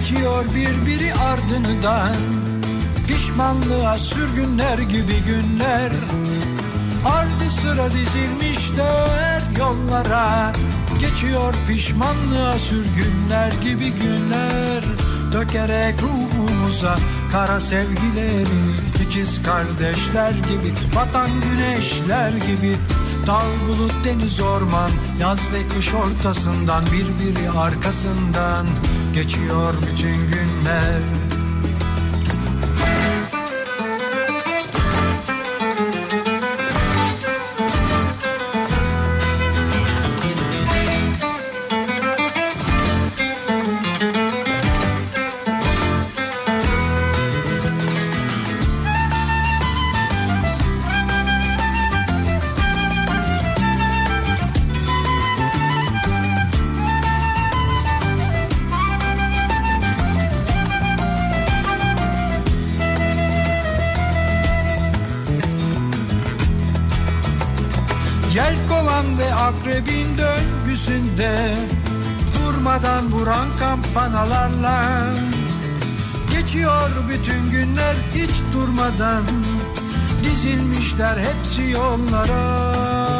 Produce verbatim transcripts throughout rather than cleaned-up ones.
Geçiyor birbiri ardından, pişmanlığa sürgünler gibi günler. Ardı sıra dizilmişler yollara, geçiyor pişmanlığa sürgünler gibi günler. Dökerek ruhumuza kara sevgilerini, ikiz kardeşler gibi, batan güneşler gibi. Dağ, bulut, deniz, orman, yaz ve kış ortasından, birbiri arkasından geçiyor bütün günler. Yelkovan ve akrebin döngüsünde, durmadan vuran kampanalarla geçiyor bütün günler hiç durmadan. Dizilmişler hepsi yollara,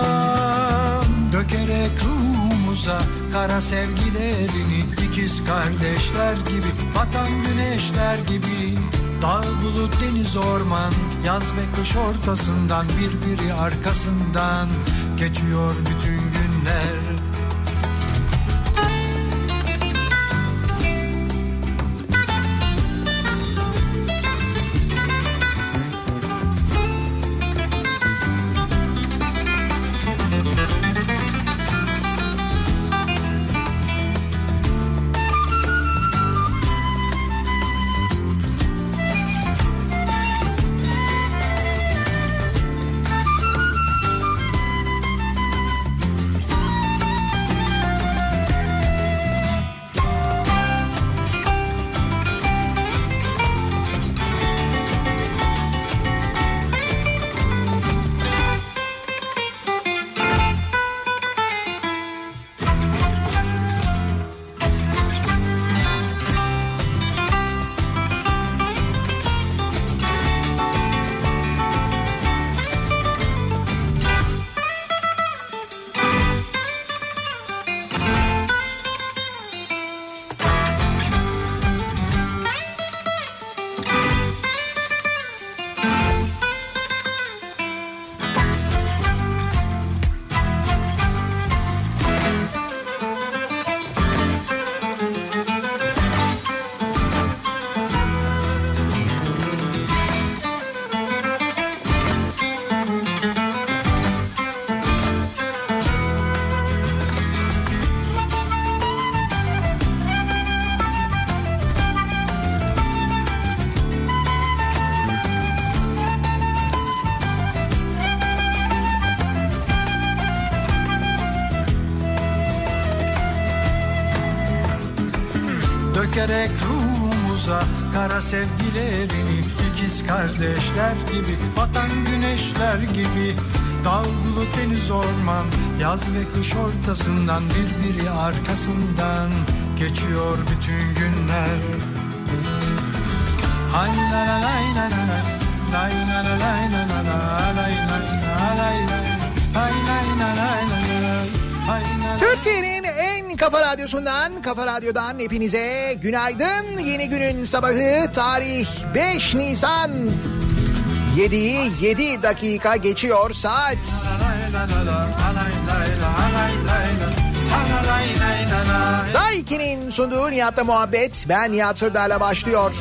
dökerek ruhumuza kara sevgilerini, ikiz kardeşler gibi, batan güneşler gibi. Dağ, bulut, deniz, orman, yaz ve kış ortasından, birbiri arkasından geçiyor bütün günler. Dökerek ruhumuza kara sevgilerini, ikiz kardeşler gibi, batan güneşler gibi. Dağ, bulut, deniz, orman, yaz ve kış ortasından, birbiri arkasından geçiyor bütün günler. Hay la la lay la la la, lay la la lay la la la, lay la la lay la, hay lay la lay la la, hay la. Türkiye'nin en kafa radyosundan, Kafa Radyo'dan hepinize günaydın. Yeni günün sabahı, tarih beş Nisan. yediyi yedi dakika geçiyor saat. Daiki'nin sunduğu Nihat'la muhabbet, ben Nihat Sırdar'la başlıyor.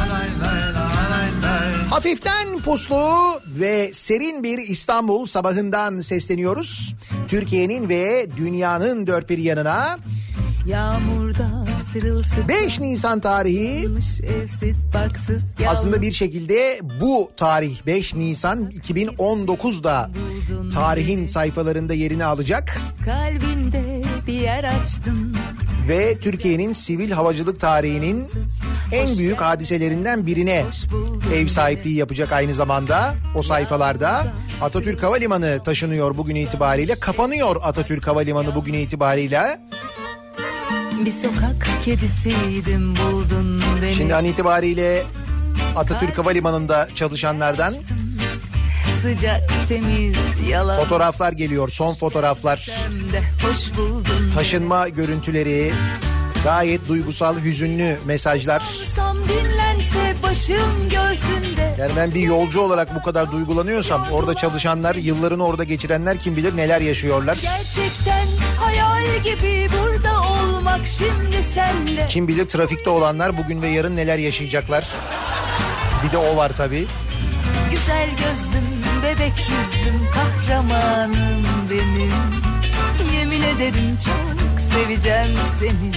Hafiften puslu ve serin bir İstanbul sabahından sesleniyoruz. Türkiye'nin ve dünyanın dört bir yanına. Yağmurda sırılsıklam beş Nisan tarihi evsiz, barksız, aslında bir şekilde bu tarih beş Nisan iki bin on dokuzda tarihin sayfalarında yerini alacak. Kalbinde bir yer açtın. Ve Türkiye'nin sivil havacılık tarihinin en büyük hadiselerinden birine ev sahipliği yapacak aynı zamanda o sayfalarda. Atatürk Havalimanı taşınıyor bugün itibariyle. Kapanıyor Atatürk Havalimanı bugün itibariyle. Bir sokak kedisiydim, buldun beni. Şimdi an itibariyle Atatürk Havalimanı'nda çalışanlardan sıcak, temiz, yalan. Fotoğraflar geliyor, son fotoğraflar. Hoş buldun. Taşınma görüntüleri, gayet duygusal, hüzünlü mesajlar. Dinlense başım göğsünde. Yani ben bir yolcu olarak bu kadar duygulanıyorsam orada çalışanlar, yıllarını orada geçirenler kim bilir neler yaşıyorlar. Gerçekten hayal gibi burada olmak şimdi sende. Kim bilir trafikte olanlar bugün ve yarın neler yaşayacaklar. Bir de o var tabii. Güzel gözlüm, bebek yüzlüm, kahramanım benim. Yemin ederim çok seveceğim seni.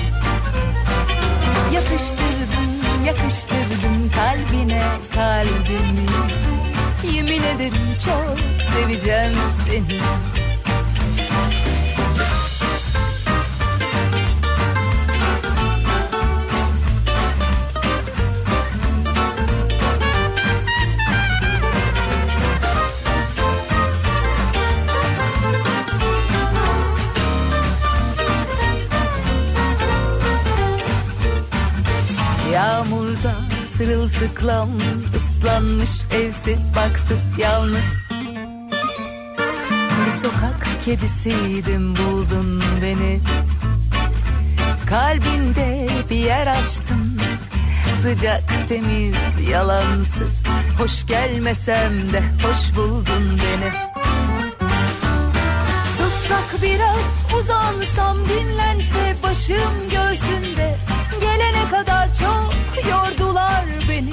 Yatıştırdın, yakıştırdın kalbine kalbimi. Yemin ederim çok seveceğim seni. Yağmurda sırılsıklam, ıslanmış, evsiz, barksız, yalnız. Bir sokak kedisiydim, buldun beni. Kalbinde bir yer açtın, sıcak, temiz, yalansız. Hoş gelmesem de hoş buldun beni. Sussak biraz, uzansam, dinlense başım göğsünde. Gelene kadar çok yordular beni.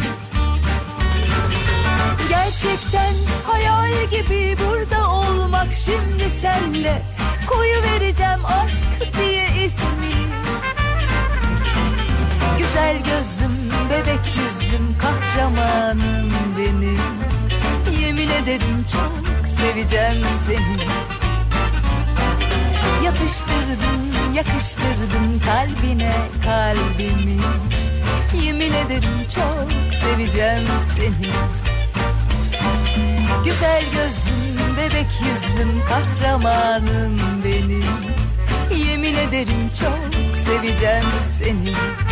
Gerçekten hayal gibi burada olmak şimdi sende. Koyu vereceğim aşk diye ismini. Güzel gözlüm, bebek yüzlüm, kahramanım benim. Yemin ederim çok seveceğim seni. Yatıştırdın, yakıştırdın kalbine kalbimi. Yemin ederim çok seveceğim seni. Güzel gözlüm, bebek yüzlüm, kahramanım benim. Yemin ederim çok seveceğim seni.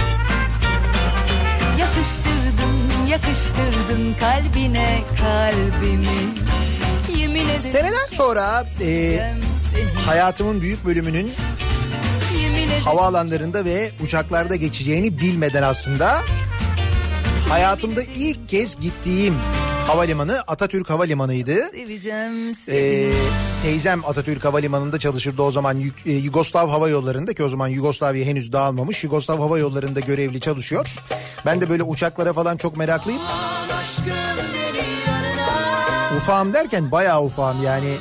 Yatıştırdın, yakıştırdın kalbine kalbimi. Yemin ederim seneler sonra e, hayatımın büyük bölümünün havaalanlarında ve uçaklarda geçeceğini bilmeden aslında hayatımda ilk kez gittiğim havalimanı Atatürk Havalimanı'ydı. Ee, teyzem Atatürk Havalimanı'nda çalışırdı o zaman, e, Yugoslav Hava Yolları'nda, ki o zaman Yugoslavya henüz dağılmamış. Yugoslav Hava Yolları'nda görevli çalışıyor. Ben de böyle uçaklara falan çok meraklıyım. Ufağım derken bayağı ufağım yani.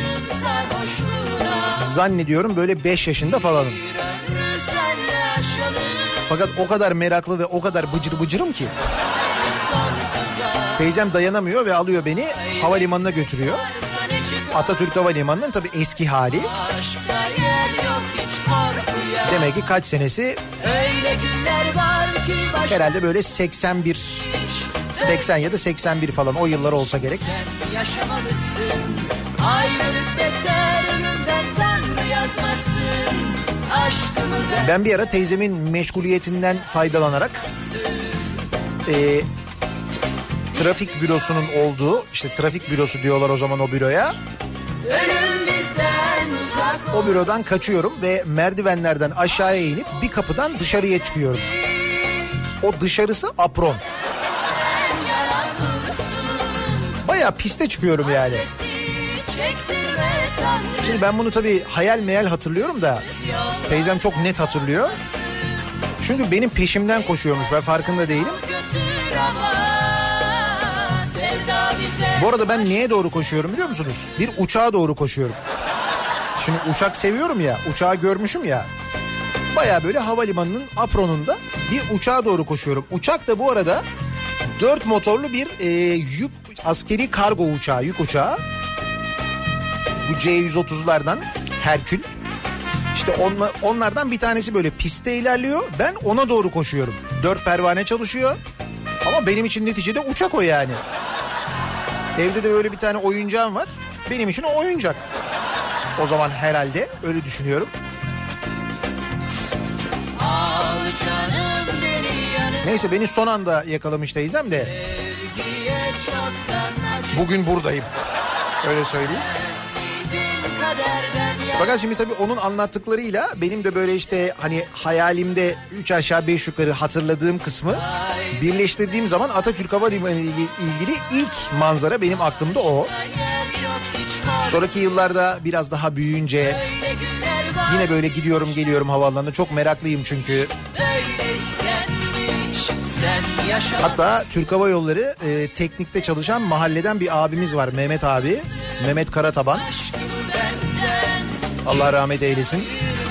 Zannediyorum böyle beş yaşında falanım. Fakat o kadar meraklı ve o kadar bıcır bıcırım ki. Teyzem dayanamıyor ve alıyor beni havalimanına götürüyor. Atatürk Havalimanı'nın tabii eski hali. Demek ki kaç senesi? Herhalde böyle seksen bir, seksen ya da seksen bir falan, o yıllar olsa gerek. Ayrılık beter, ölümden Tanrı yazmasın. Ben bir ara teyzemin meşguliyetinden faydalanarak e, trafik bürosunun olduğu, işte trafik bürosu diyorlar o zaman o büroya. O bürodan kaçıyorum ve merdivenlerden aşağıya inip bir kapıdan dışarıya çıkıyorum. O dışarısı apron. Bayağı piste çıkıyorum yani. Şimdi ben bunu tabii hayal meyal hatırlıyorum da teyzem çok net hatırlıyor. Çünkü benim peşimden koşuyormuş, ben farkında değilim. Bu arada ben neye doğru koşuyorum biliyor musunuz? Bir uçağa doğru koşuyorum. Şimdi uçak seviyorum ya, uçağı görmüşüm ya. Baya böyle havalimanının apronunda bir uçağa doğru koşuyorum. Uçak da bu arada dört motorlu bir e, yük askeri kargo uçağı, yük uçağı. Bu C yüz otuzlardan Herkül. İşte onla, onlardan bir tanesi böyle pistte ilerliyor. Ben ona doğru koşuyorum. Dört pervane çalışıyor. Ama benim için neticede uçak o yani. Evde de böyle bir tane oyuncağım var. Benim için o oyuncak. O zaman herhalde öyle düşünüyorum. Neyse beni son anda yakalamış teyzem de. Bugün buradayım. Öyle söyleyeyim. Fakat şimdi tabii onun anlattıklarıyla benim de böyle işte hani hayalimde üç aşağı beş yukarı hatırladığım kısmı birleştirdiğim zaman Atatürk Havalimanı ile ilgili ilk manzara benim aklımda o. Sonraki yıllarda biraz daha büyüyünce yine böyle gidiyorum geliyorum havaalanına, çok meraklıyım çünkü. Hatta Türk Hava Yolları e, teknikte çalışan mahalleden bir abimiz var, Mehmet abi, Mehmet Karataban. Allah rahmet eylesin.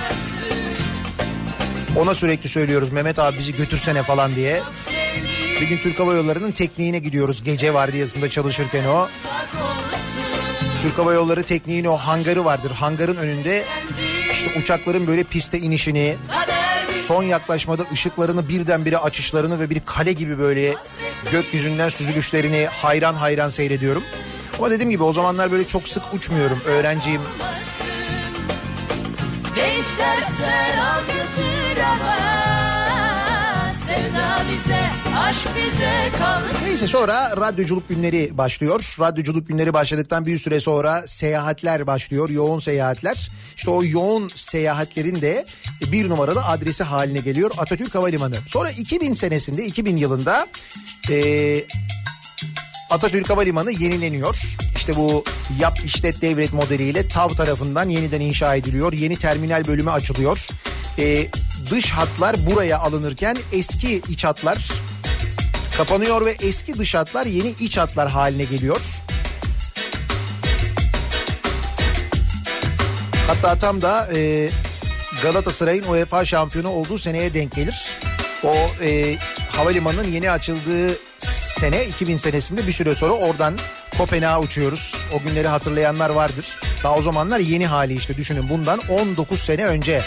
Ona sürekli söylüyoruz, Mehmet abi bizi götürsene falan diye. Bir gün Türk Hava Yolları'nın tekniğine gidiyoruz, gece vardiyasında çalışırken o. Türk Hava Yolları tekniğin o hangarı vardır. Hangarın önünde işte uçakların böyle piste inişini, son yaklaşmada ışıklarını birdenbire açışlarını ve bir kale gibi böyle gökyüzünden süzülüşlerini hayran hayran seyrediyorum. Ama dediğim gibi o zamanlar böyle çok sık uçmuyorum, öğrenciyim. Ne istersen al götür ama sevda bize, aşk bize kalsın. Neyse sonra radyoculuk günleri başlıyor. Radyoculuk günleri başladıktan bir süre sonra seyahatler başlıyor. Yoğun seyahatler. İşte o yoğun seyahatlerin de bir numaralı adresi haline geliyor Atatürk Havalimanı. Sonra iki bin senesinde, iki bin yılında ee, Atatürk Havalimanı yenileniyor. İşte bu yap işlet devret modeliyle TAV tarafından yeniden inşa ediliyor. Yeni terminal bölümü açılıyor. Ee, dış hatlar buraya alınırken eski iç hatlar kapanıyor ve eski dış hatlar yeni iç hatlar haline geliyor. Hatta tam da e, Galatasaray'ın UEFA şampiyonu olduğu seneye denk gelir. O e, havalimanının yeni açıldığı sene, iki bin senesinde bir süre sonra oradan Kopenhag'a uçuyoruz. O günleri hatırlayanlar vardır. Daha o zamanlar yeni hali işte, düşünün bundan on dokuz sene önce.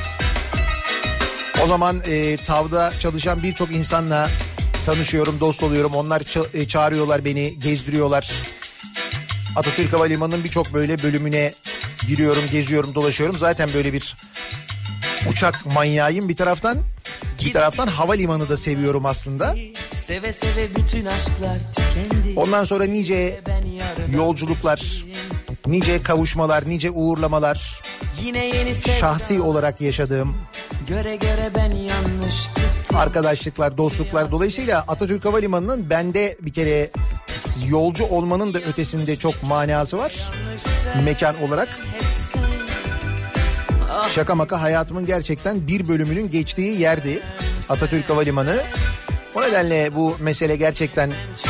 O zaman e, TAV'da çalışan birçok insanla tanışıyorum, dost oluyorum. Onlar ça- e, çağırıyorlar beni, gezdiriyorlar. Atatürk Havalimanı'nın birçok böyle bölümüne giriyorum, geziyorum, dolaşıyorum. Zaten böyle bir uçak manyağıyım bir taraftan. Bir taraftan havalimanı da seviyorum aslında. Seve seve bütün aşklar tükendi. Ondan sonra nice yolculuklar, nice kavuşmalar, nice uğurlamalar. Yine yeni şahsi olarak yaşadığım göre göre ben yanlış gittim. Arkadaşlıklar, dostluklar. Dolayısıyla Atatürk Havalimanı'nın bende bir kere yolcu olmanın da ötesinde çok manası var. Mekan olarak. Şaka maka hayatımın gerçekten bir bölümünün geçtiği yerdi Atatürk Havalimanı. O nedenle bu mesele gerçekten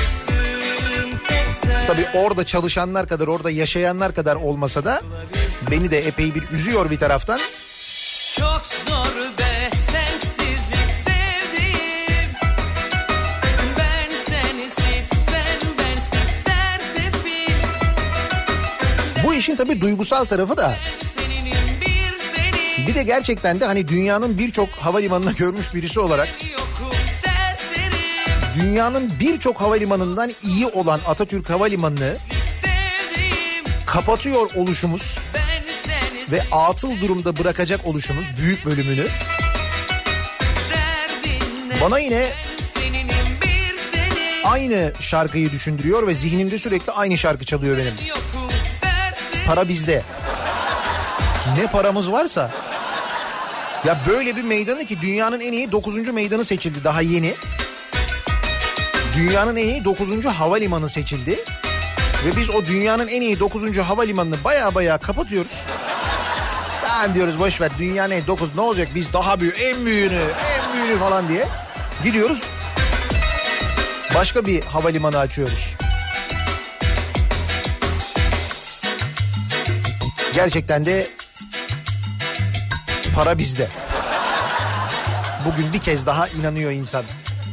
tabii orada çalışanlar kadar, orada yaşayanlar kadar olmasa da beni de epey bir üzüyor bir taraftan. Çok zor be sensizlik sevdiğim. Ben sensiz, sen bensiz sersefil. Bu işin tabii duygusal tarafı da. Bir de gerçekten de hani dünyanın birçok havalimanını görmüş birisi olarak dünyanın birçok havalimanından iyi olan Atatürk Havalimanı'nı kapatıyor oluşumuz ve atıl durumda bırakacak oluşumuz büyük bölümünü bana yine aynı şarkıyı düşündürüyor ve zihnimde sürekli aynı şarkı çalıyor benim. Para bizde. Ne paramız varsa. Ya böyle bir meydanı ki dünyanın en iyi dokuzuncu meydanı seçildi daha yeni. Dünyanın en iyi dokuzuncu havalimanı seçildi. Ve biz o dünyanın en iyi dokuzuncu havalimanını baya baya kapatıyoruz. Ben diyoruz boş ver, dünyanın en iyi dokuz ne olacak, biz daha büyük, en büyüğünü, en büyüğünü falan diye gidiyoruz. Başka bir havalimanı açıyoruz. Gerçekten de para bizde. Bugün bir kez daha inanıyor insan.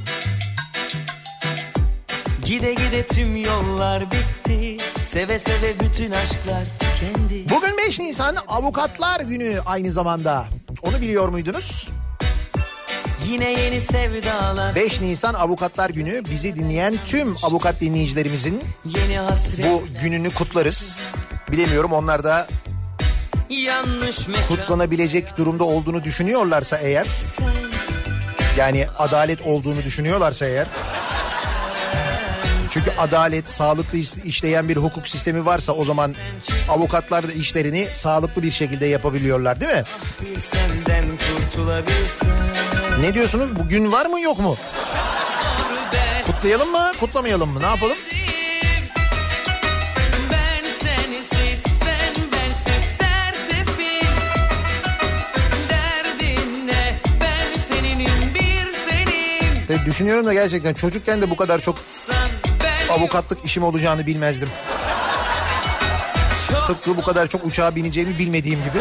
Gide gide tüm yollar bitti. Seve seve bütün aşklar tükendi. Bugün beş Nisan Avukatlar Günü aynı zamanda. Onu biliyor muydunuz? Yine yeni sevdalar. beş Nisan Avukatlar Günü, bizi dinleyen tüm avukat dinleyicilerimizin yeni hasret. Bu gününü kutlarız. Bilemiyorum, onlar da yanlış kutlanabilecek durumda olduğunu düşünüyorlarsa eğer, Yani adalet olduğunu düşünüyorlarsa eğer. Çünkü adalet, sağlıklı işleyen bir hukuk sistemi varsa o zaman avukatlar da işlerini sağlıklı bir şekilde yapabiliyorlar, değil mi? Ne diyorsunuz? Bugün var mı yok mu? Kutlayalım mı? Kutlamayalım mı? Ne yapalım? İşte düşünüyorum da gerçekten çocukken de bu kadar çok avukatlık işim olacağını bilmezdim. Tıpkı bu kadar çok uçağa bineceğimi bilmediğim gibi.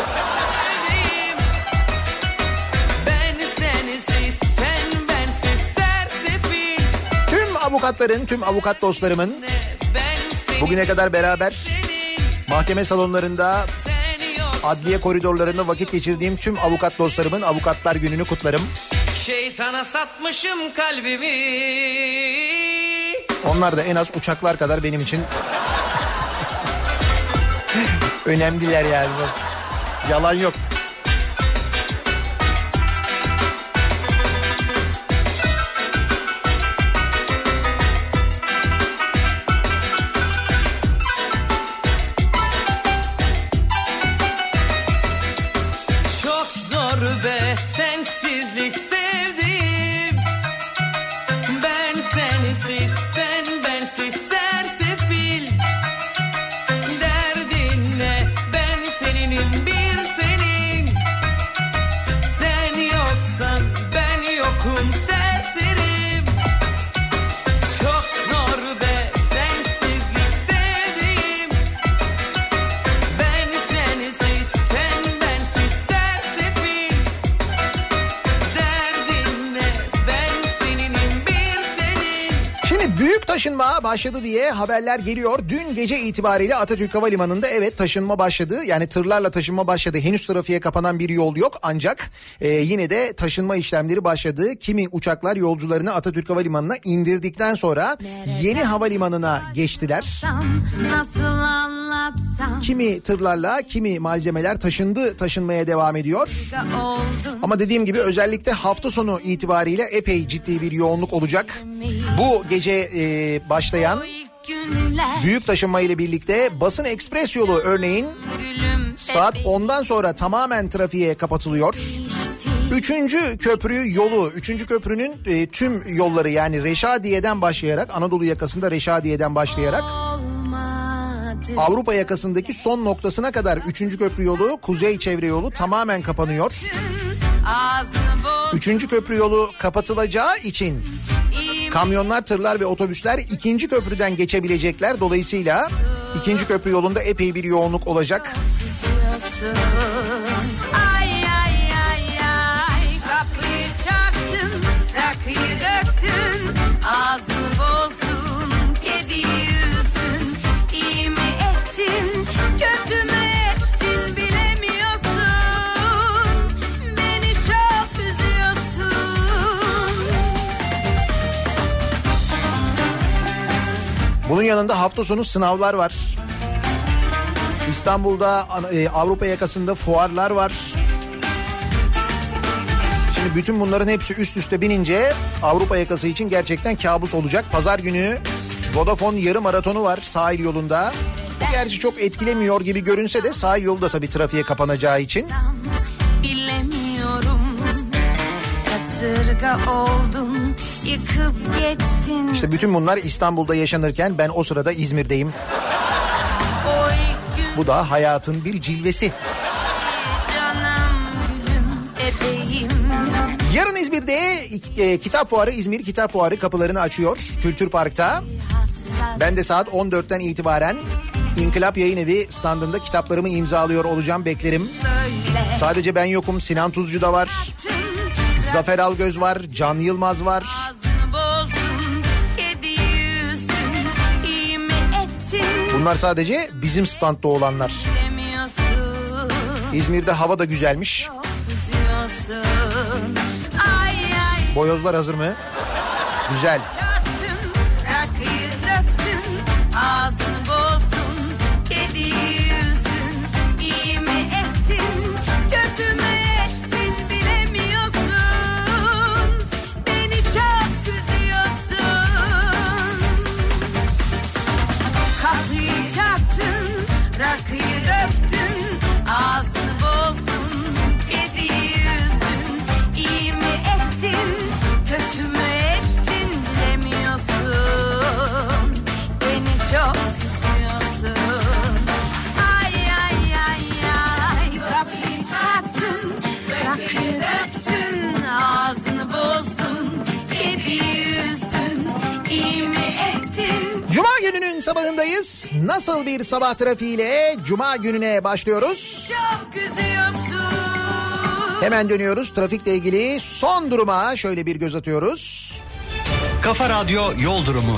Tüm avukatların, tüm avukat dostlarımın bugüne kadar beraber mahkeme salonlarında, adliye koridorlarında vakit geçirdiğim tüm avukat dostlarımın Avukatlar Günü'nü kutlarım. Şeytana satmışım kalbimi. Onlar da en az uçaklar kadar benim için önemliler yani. Yalan yok. Çok zor be sensizlik sevdim. Ben sensiz, sen bensiz sersefil. Derdin ne? Ben seninim bir senin. Sen yoksan ben yokum serserim. Çok zor be sensizlik sevdim. Ben sensiz, sen bensiz sersefil. Derdin ne? Ben seninim bir senin. Şimdi büyük taşınma başladı diye haberler geliyor. Dün gece itibariyle Atatürk Havalimanı'nda evet taşınma başladı. Yani tırlarla taşınma başladı. Henüz trafiğe kapanan bir yol yok. Ancak e, yine de taşınma işlemleri başladı. Kimi uçaklar yolcularını Atatürk Havalimanı'na indirdikten sonra yeni havalimanına geçtiler. Nasıl anlatsam Kimi tırlarla, kimi malzemeler taşındı, taşınmaya devam ediyor. oldun. Ama dediğim gibi özellikle hafta sonu itibariyle epey ciddi bir yoğunluk olacak. Bu gece e, başlayan İlk günler büyük taşınma ile birlikte Basın Ekspres yolu örneğin gülüm saat bebeğim ondan sonra tamamen trafiğe kapatılıyor. işte. Üçüncü köprü yolu, üçüncü köprünün e, tüm yolları yani Reşadiye'den başlayarak, Anadolu yakasında Reşadiye'den başlayarak Olmadı. Avrupa yakasındaki son noktasına kadar üçüncü köprü yolu, kuzey çevre yolu tamamen kapanıyor. Ağzını boz. Üçüncü köprü yolu kapatılacağı için kamyonlar, tırlar ve otobüsler ikinci köprüden geçebilecekler. Dolayısıyla ikinci köprü yolunda epey bir yoğunluk olacak. Üzüyorsun. Ay ay ay ay kapıyı çarptın, rakıyı döktün, ağzını bozdun, kediyi üzdün, iyi mi ettin, kötü mü ettin bilemiyorsun, beni çok üzüyorsun. Bunun yanında hafta sonu sınavlar var. İstanbul'da e, Avrupa yakasında fuarlar var. Şimdi bütün bunların hepsi üst üste binince Avrupa yakası için gerçekten kabus olacak. Pazar günü Vodafone yarı maratonu var sahil yolunda. Bu gerçi çok etkilemiyor gibi görünse de sahil yolu da tabii trafiğe kapanacağı için. Bilemiyorum, kasırga oldun, yıkıp geçtin. İşte bütün bunlar İstanbul'da yaşanırken ben o sırada İzmir'deyim. O ilk gün Bu da hayatın bir cilvesi. canım gülüm bebeğim. Yarın İzmir'de e, Kitap Fuarı, İzmir Kitap Fuarı kapılarını açıyor Kültür Park'ta. Hassas Ben de saat on dörtten itibaren İnkılap Yayın Evi standında kitaplarımı imzalıyor olacağım, beklerim. böyle Sadece ben yokum, Sinan Tuzcu da var, tüm Zafer Algöz var, Can Yılmaz var. ağzını bozdun, kediyi üzdün, iyi mi ettin Bunlar sadece bizim standta olanlar. bilemiyorsun. İzmir'de hava da güzelmiş. Çok üzüyorsun. Ay ay Boyozlar hazır mı? Güzel. çarptın, rakıyı döktün, ağzını bozdun, kediyi üzdün, iyi mi ettin, kötü mü ettin bilemiyorsun, sabahındayız. Nasıl bir sabah trafiğiyle Cuma gününe başlıyoruz? Çok kızıyorsun. Hemen dönüyoruz. Trafikle ilgili son duruma şöyle bir göz atıyoruz. Kafa Radyo Yol Durumu.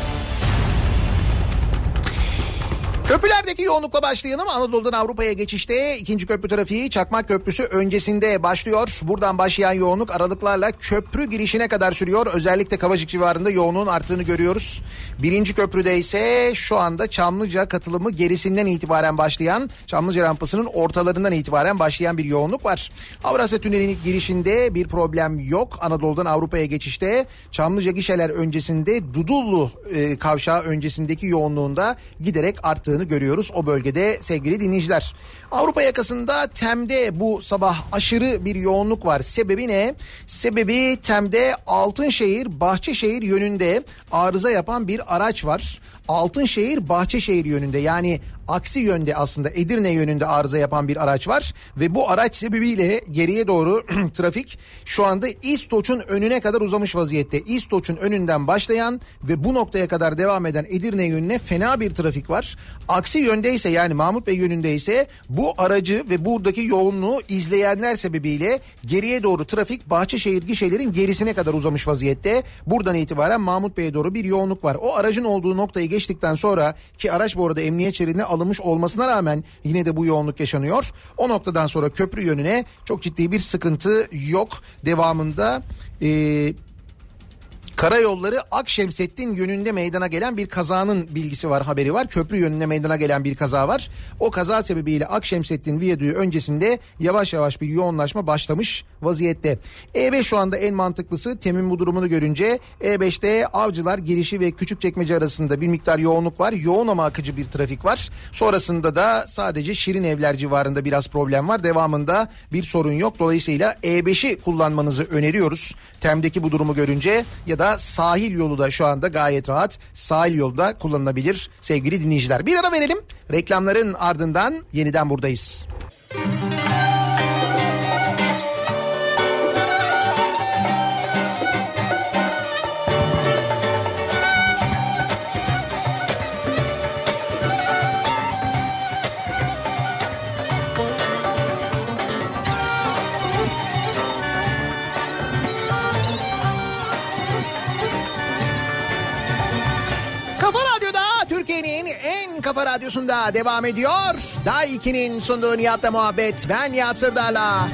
Köprülerdeki yoğunlukla başlayalım. Anadolu'dan Avrupa'ya geçişte ikinci köprü trafiği Çakmak Köprüsü öncesinde başlıyor. Buradan başlayan yoğunluk aralıklarla köprü girişine kadar sürüyor. Özellikle Kavacık civarında yoğunluğun arttığını görüyoruz. Birinci köprüde ise şu anda Çamlıca katılımı gerisinden itibaren başlayan, Çamlıca rampasının ortalarından itibaren başlayan bir yoğunluk var. Avrasya Tüneli'nin girişinde bir problem yok. Anadolu'dan Avrupa'ya geçişte Çamlıca gişeler öncesinde Dudullu e, kavşağı öncesindeki yoğunluğunda giderek arttığını görüyoruz o bölgede sevgili dinleyiciler. Avrupa yakasında Tem'de bu sabah aşırı bir yoğunluk var. Sebebi ne? Sebebi Tem'de Altınşehir Bahçeşehir yönünde arıza yapan bir araç var. Altınşehir Bahçeşehir yönünde, yani aksi yönde aslında Edirne yönünde arıza yapan bir araç var ve bu araç sebebiyle geriye doğru trafik şu anda İstoç'un önüne kadar uzamış vaziyette. İstoç'un önünden başlayan ve bu noktaya kadar devam eden Edirne yönüne fena bir trafik var. Aksi yöndeyse, yani Mahmut Bey yönündeyse bu aracı ve buradaki yoğunluğu izleyenler sebebiyle geriye doğru trafik Bahçeşehir gişelerin gerisine kadar uzamış vaziyette. Buradan itibaren Mahmut Bey'e doğru bir yoğunluk var. O aracın olduğu noktayı geçtikten sonra, ki araç bu arada emniyet şeridine alınmış olmasına rağmen yine de bu yoğunluk yaşanıyor. O noktadan sonra köprü yönüne çok ciddi bir sıkıntı yok. Devamında Ee, Karayolları Akşemsettin yönünde meydana gelen bir kazanın bilgisi var, haberi var. Köprü yönünde meydana gelen bir kaza var. O kaza sebebiyle Akşemsettin Viyadüğü öncesinde yavaş yavaş bir yoğunlaşma başlamış vaziyette. E beş şu anda en mantıklısı. Tem'in bu durumunu görünce E beşte Avcılar girişi ve Küçükçekmece arasında bir miktar yoğunluk var. Yoğun ama akıcı bir trafik var. Sonrasında da sadece Şirinevler civarında biraz problem var. Devamında bir sorun yok. Dolayısıyla E beşi kullanmanızı öneriyoruz. Tem'deki bu durumu görünce, ya da sahil yolu da şu anda gayet rahat. Sahil yolu da kullanılabilir sevgili dinleyiciler. Bir ara verelim. Reklamların ardından yeniden buradayız. Kafa Radyosu'nda devam ediyor. Day iki'nin sunduğu Nihat'la muhabbet. Ben Nihat Sırdar'la.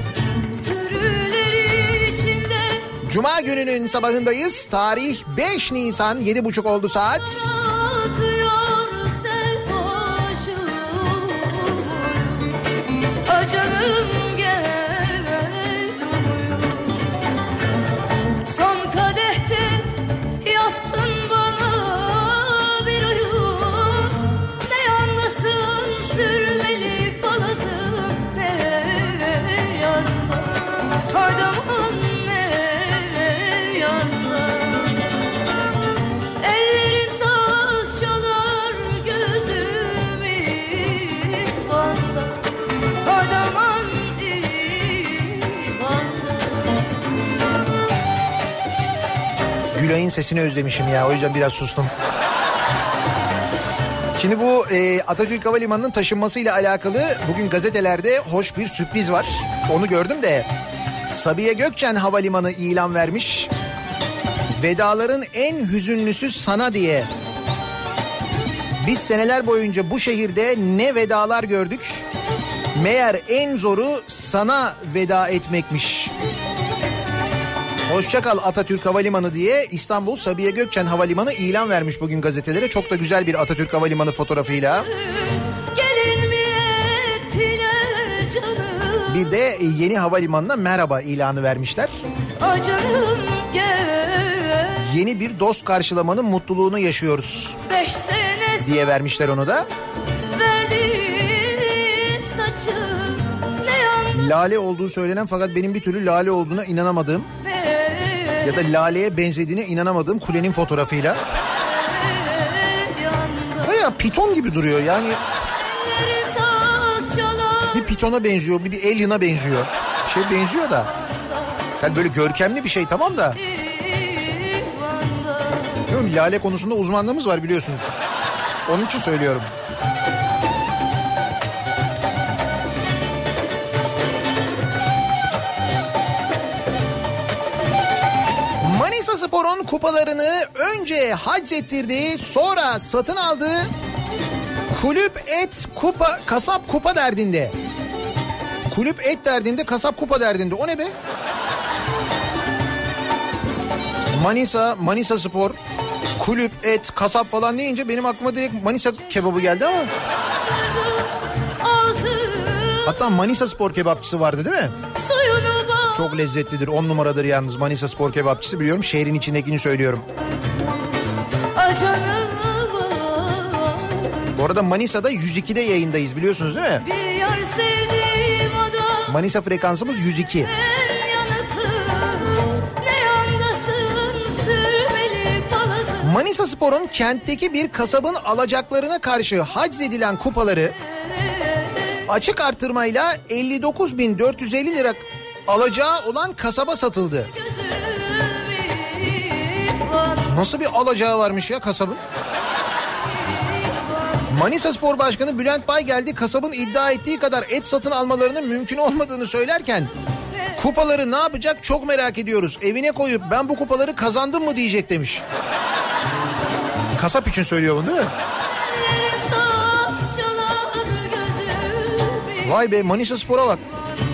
Cuma gününün sabahındayız. Tarih beş Nisan, yedi buçuk oldu saat. Canım gel, son kadehte yaptın bana bir oyun. Ne yanlasın sürmeli balazın, ne yanda adamın, ne yanda. Ellerim saz çalar, gözüm ihvanda. Adamın ihvanda. Gülay'ın sesini özlemişim ya, o yüzden biraz sustum. Şimdi bu e, Atatürk Havalimanı'nın taşınmasıyla alakalı bugün gazetelerde hoş bir sürpriz var. Onu gördüm de Sabiha Gökçen Havalimanı ilan vermiş. Vedaların en hüzünlüsü sana diye. Biz seneler boyunca bu şehirde ne vedalar gördük. Meğer en zoru sana veda etmekmiş. Hoşçakal Atatürk Havalimanı diye İstanbul Sabiha Gökçen Havalimanı ilan vermiş bugün gazetelere. Çok da güzel bir Atatürk Havalimanı fotoğrafıyla. Bir de yeni havalimanına merhaba ilanı vermişler. Yeni bir dost karşılamanın mutluluğunu yaşıyoruz diye vermişler onu da. Lale olduğu söylenen fakat benim bir türlü lale olduğuna inanamadığım ya da laleye benzediğine inanamadığım kulenin fotoğrafıyla. Baya piton gibi duruyor yani. Bir pitona benziyor, bir, bir alien'a benziyor. Bir şey benziyor da. Yani böyle görkemli bir şey, tamam da. Diyorum, lale konusunda uzmanlığımız var biliyorsunuz. Onun için söylüyorum. Manisa Spor'un kupalarını önce haczettirdi, sonra satın aldı. Kulüp et kupa, kasap kupa derdinde. Kulüp et derdinde, kasap kupa derdinde. O ne be? Manisa, Manisa Spor, kulüp et, kasap falan deyince benim aklıma direkt Manisa kebabı geldi ama. Hatta Manisa Spor kebapçısı vardı değil mi? Çok lezzetlidir, on numaradır yalnız Manisa Spor kebapçısı, biliyorum. Şehrin içindekini söylüyorum. Bu arada Manisa'da yüz ikide yayındayız, biliyorsunuz değil mi? Manisa frekansımız yüz iki. Manisa Spor'un kentteki bir kasabın alacaklarına karşı haczedilen kupaları açık artırmayla elli dokuz bin dört yüz elli lira alacağı olan kasaba satıldı. Nasıl bir alacağı varmış ya kasabın? Manisa Spor Başkanı Bülent Baygeldi kasabın iddia ettiği kadar et satın almalarının mümkün olmadığını söylerken kupaları ne yapacak çok merak ediyoruz. Evine koyup ben bu kupaları kazandım mı diyecek demiş. Kasap için söylüyor bunu değil mi? Vay be, Manisa Spor'a bak.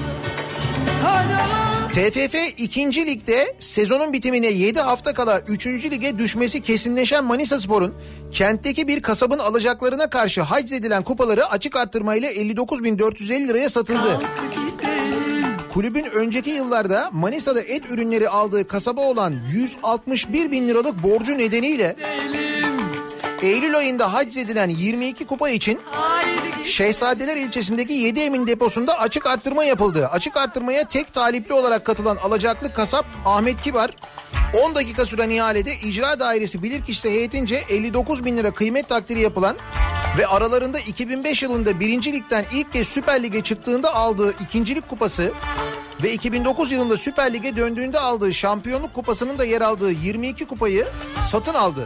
T F F ikinci Lig'de sezonun bitimine yedi hafta kala üçüncü Lig'e düşmesi kesinleşen Manisa Spor'un kentteki bir kasabın alacaklarına karşı haczedilen kupaları açık arttırmayla elli dokuz bin dört yüz elli liraya satıldı. Kulübün önceki yıllarda Manisa'da et ürünleri aldığı kasaba olan yüz altmış bir bin liralık borcu nedeniyle Eylül ayında haczedilen yirmi iki kupa için Şehzadeler ilçesindeki Yediemin deposunda açık arttırma yapıldı. Açık arttırmaya tek talipli olarak katılan alacaklı kasap Ahmet Kibar on dakika süren ihalede icra dairesi bilirkişi heyetince elli dokuz bin lira kıymet takdiri yapılan ve aralarında iki bin beş yılında birinci Lig'den ilk kez Süper Lig'e çıktığında aldığı ikincilik kupası ve iki bin dokuz yılında Süper Lig'e döndüğünde aldığı şampiyonluk kupasının da yer aldığı yirmi iki kupayı satın aldı.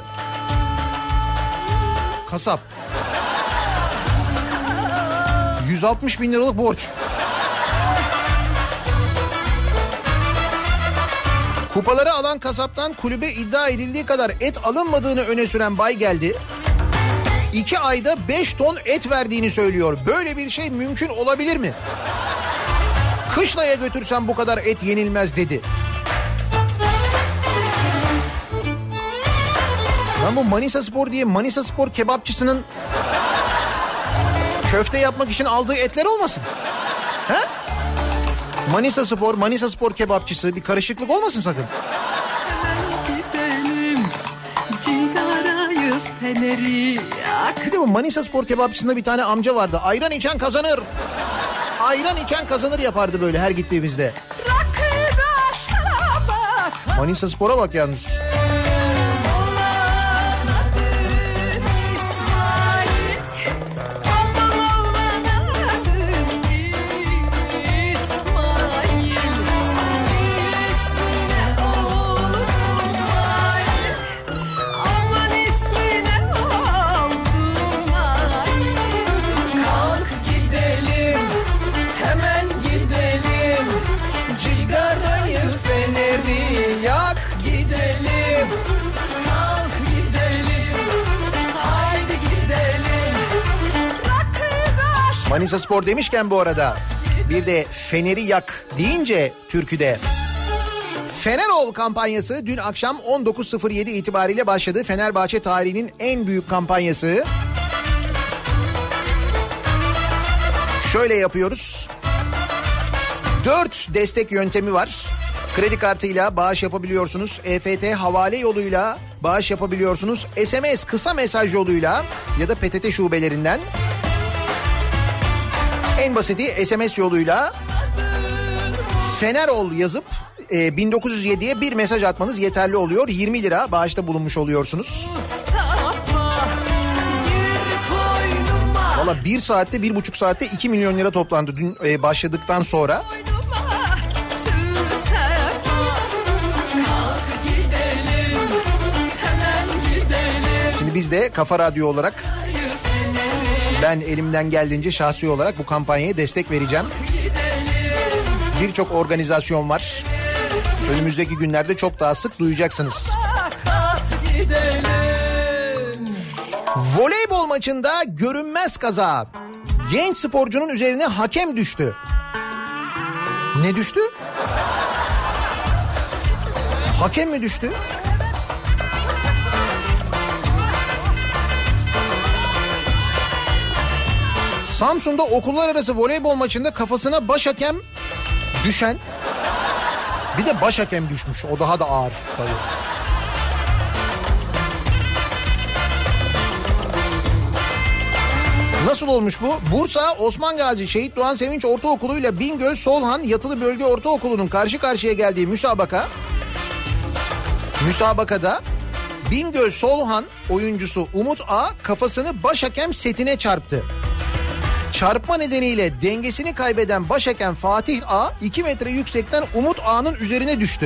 Kasap. yüz altmış bin liralık borç. Kupaları alan kasaptan kulübe iddia edildiği kadar et alınmadığını öne süren Baygeldi, iki ayda beş ton et verdiğini söylüyor. Böyle bir şey mümkün olabilir mi? Kışlaya götürsem bu kadar et yenilmez dedi. Lan bu Manisa Spor diye Manisa Spor kebapçısının köfte yapmak için aldığı etler olmasın? He? Manisa Spor, Manisa Spor kebapçısı, bir karışıklık olmasın sakın. Bir de bu Manisa Spor kebapçısında bir tane amca vardı. Ayran içen kazanır. Ayran içen kazanır yapardı böyle her gittiğimizde. Manisa Spor'a bak yalnız. Manisa Spor demişken bu arada bir de Fener'i yak deyince türküde. Fener Ol kampanyası dün akşam on dokuz sıfır yedi itibariyle başladı. Fenerbahçe tarihinin en büyük kampanyası. Şöyle yapıyoruz. Dört destek yöntemi var. Kredi kartıyla bağış yapabiliyorsunuz. E F T havale yoluyla bağış yapabiliyorsunuz. S M S kısa mesaj yoluyla ya da P T T şubelerinden. En basiti S M S yoluyla Fener Ol yazıp e, bin dokuz yüz yediye bir mesaj atmanız yeterli oluyor. yirmi lira bağışta bulunmuş oluyorsunuz. Valla bir saatte bir buçuk saatte iki milyon lira toplandı dün e, başladıktan sonra. Şimdi biz de Kafa Radyo olarak Ben elimden geldiğince şahsi olarak bu kampanyaya destek vereceğim. Birçok organizasyon var. Önümüzdeki günlerde çok daha sık duyacaksınız. Voleybol maçında görünmez kaza. Genç sporcunun üzerine hakem düştü. Ne düştü? Hakem mi düştü? Samsun'da okullar arası voleybol maçında kafasına baş hakem düşen, bir de baş hakem düşmüş. O daha da ağır tabii. Nasıl olmuş bu? Bursa Osman Gazi Şehit Doğan Sevinç Ortaokulu ile Bingöl Solhan Yatılı Bölge Ortaokulu'nun karşı karşıya geldiği müsabaka. Müsabakada Bingöl Solhan oyuncusu Umut A kafasını baş hakem setine çarptı. Çarpma nedeniyle dengesini kaybeden baş hakem Fatih A iki metre yüksekten Umut A'nın üzerine düştü.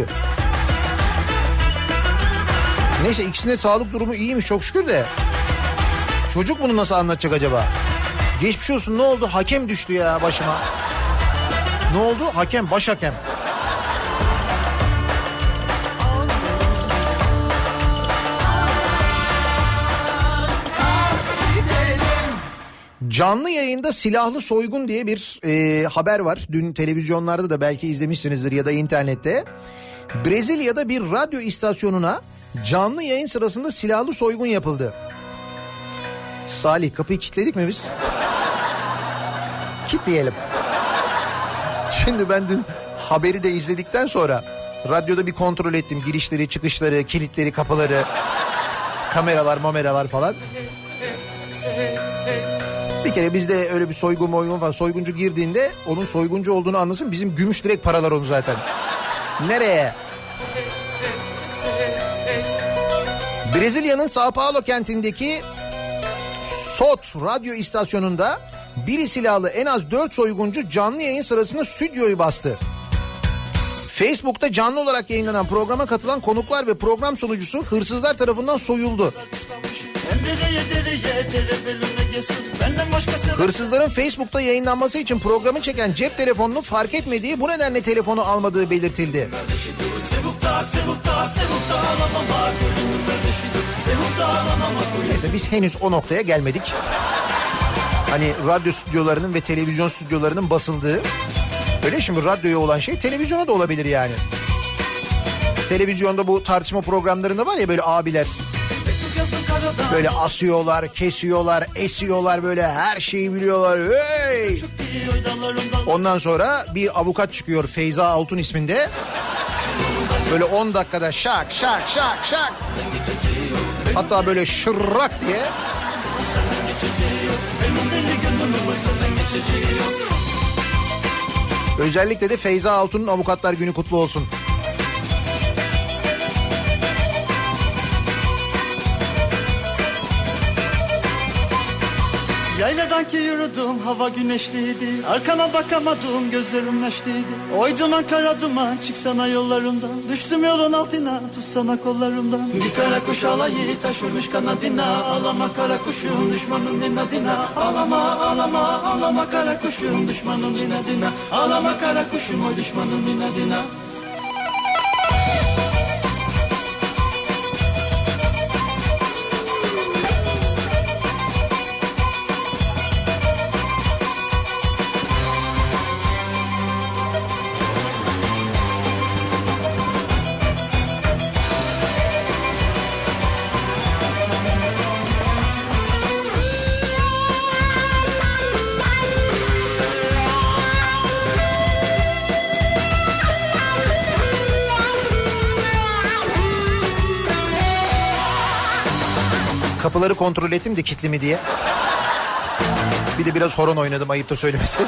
Neyse ikisinin de sağlık durumu iyiymiş çok şükür de. Çocuk bunu nasıl anlatacak acaba? Geçmiş olsun, ne oldu? Hakem düştü ya başıma. Ne oldu? Hakem, baş hakem. Canlı yayında silahlı soygun diye bir e, haber var. Dün televizyonlarda da belki izlemişsinizdir ya da internette. Brezilya'da bir radyo istasyonuna canlı yayın sırasında silahlı soygun yapıldı. Salih, kapıyı kilitledik mi biz? Kilitleyelim. Şimdi ben dün haberi de izledikten sonra radyoda bir kontrol ettim. Girişleri, çıkışları, kilitleri, kapıları, kameralar, mameralar falan. Bir kere bizde öyle bir soygun moygun falan, soyguncu girdiğinde onun soyguncu olduğunu anlasın, bizim gümüş direkt paralar onu zaten. Nereye? Brezilya'nın São Paulo kentindeki S O T radyo istasyonunda biri silahlı en az dört soyguncu canlı yayın sırasında stüdyoyu bastı. Facebook'ta canlı olarak yayınlanan programa katılan konuklar ve program sunucusu hırsızlar tarafından soyuldu. Hırsızların Facebook'ta yayınlanması için programı çeken cep telefonunu fark etmediği, bu nedenle telefonu almadığı belirtildi. Neyse biz henüz o noktaya gelmedik. Hani radyo stüdyolarının ve televizyon stüdyolarının basıldığı. Öyle şimdi radyoya olan şey televizyona da olabilir yani. Televizyonda bu tartışma programlarında var ya böyle abiler. Böyle asıyorlar, kesiyorlar, esiyorlar, böyle her şeyi biliyorlar. Hey! Ondan sonra bir avukat çıkıyor Feyza Altun isminde. Böyle on dakikada şak şak şak şak. Hatta böyle şırrak diye. Özellikle de Feyza Altun'un Avukatlar Günü kutlu olsun. Yayladan ki yürüdüm, hava güneşliydi. Arkana bakamadım, gözlerim neşliydi. Oy duman kara duman, çıksana yollarımdan. Düştüm yolun altına, tutsana kollarımdan. Bir kara kuş alayı taşırmış kanadına. Ağlama kara kuşum, düşmanın inadına. Ağlama ağlama ağlama kara kuşum, düşmanın inadına. Ağlama kara kuşum, oy düşmanın inadına. Kapıları kontrol ettim de kilitli mi diye. Bir de biraz horon oynadım, ayıp da söylemesi.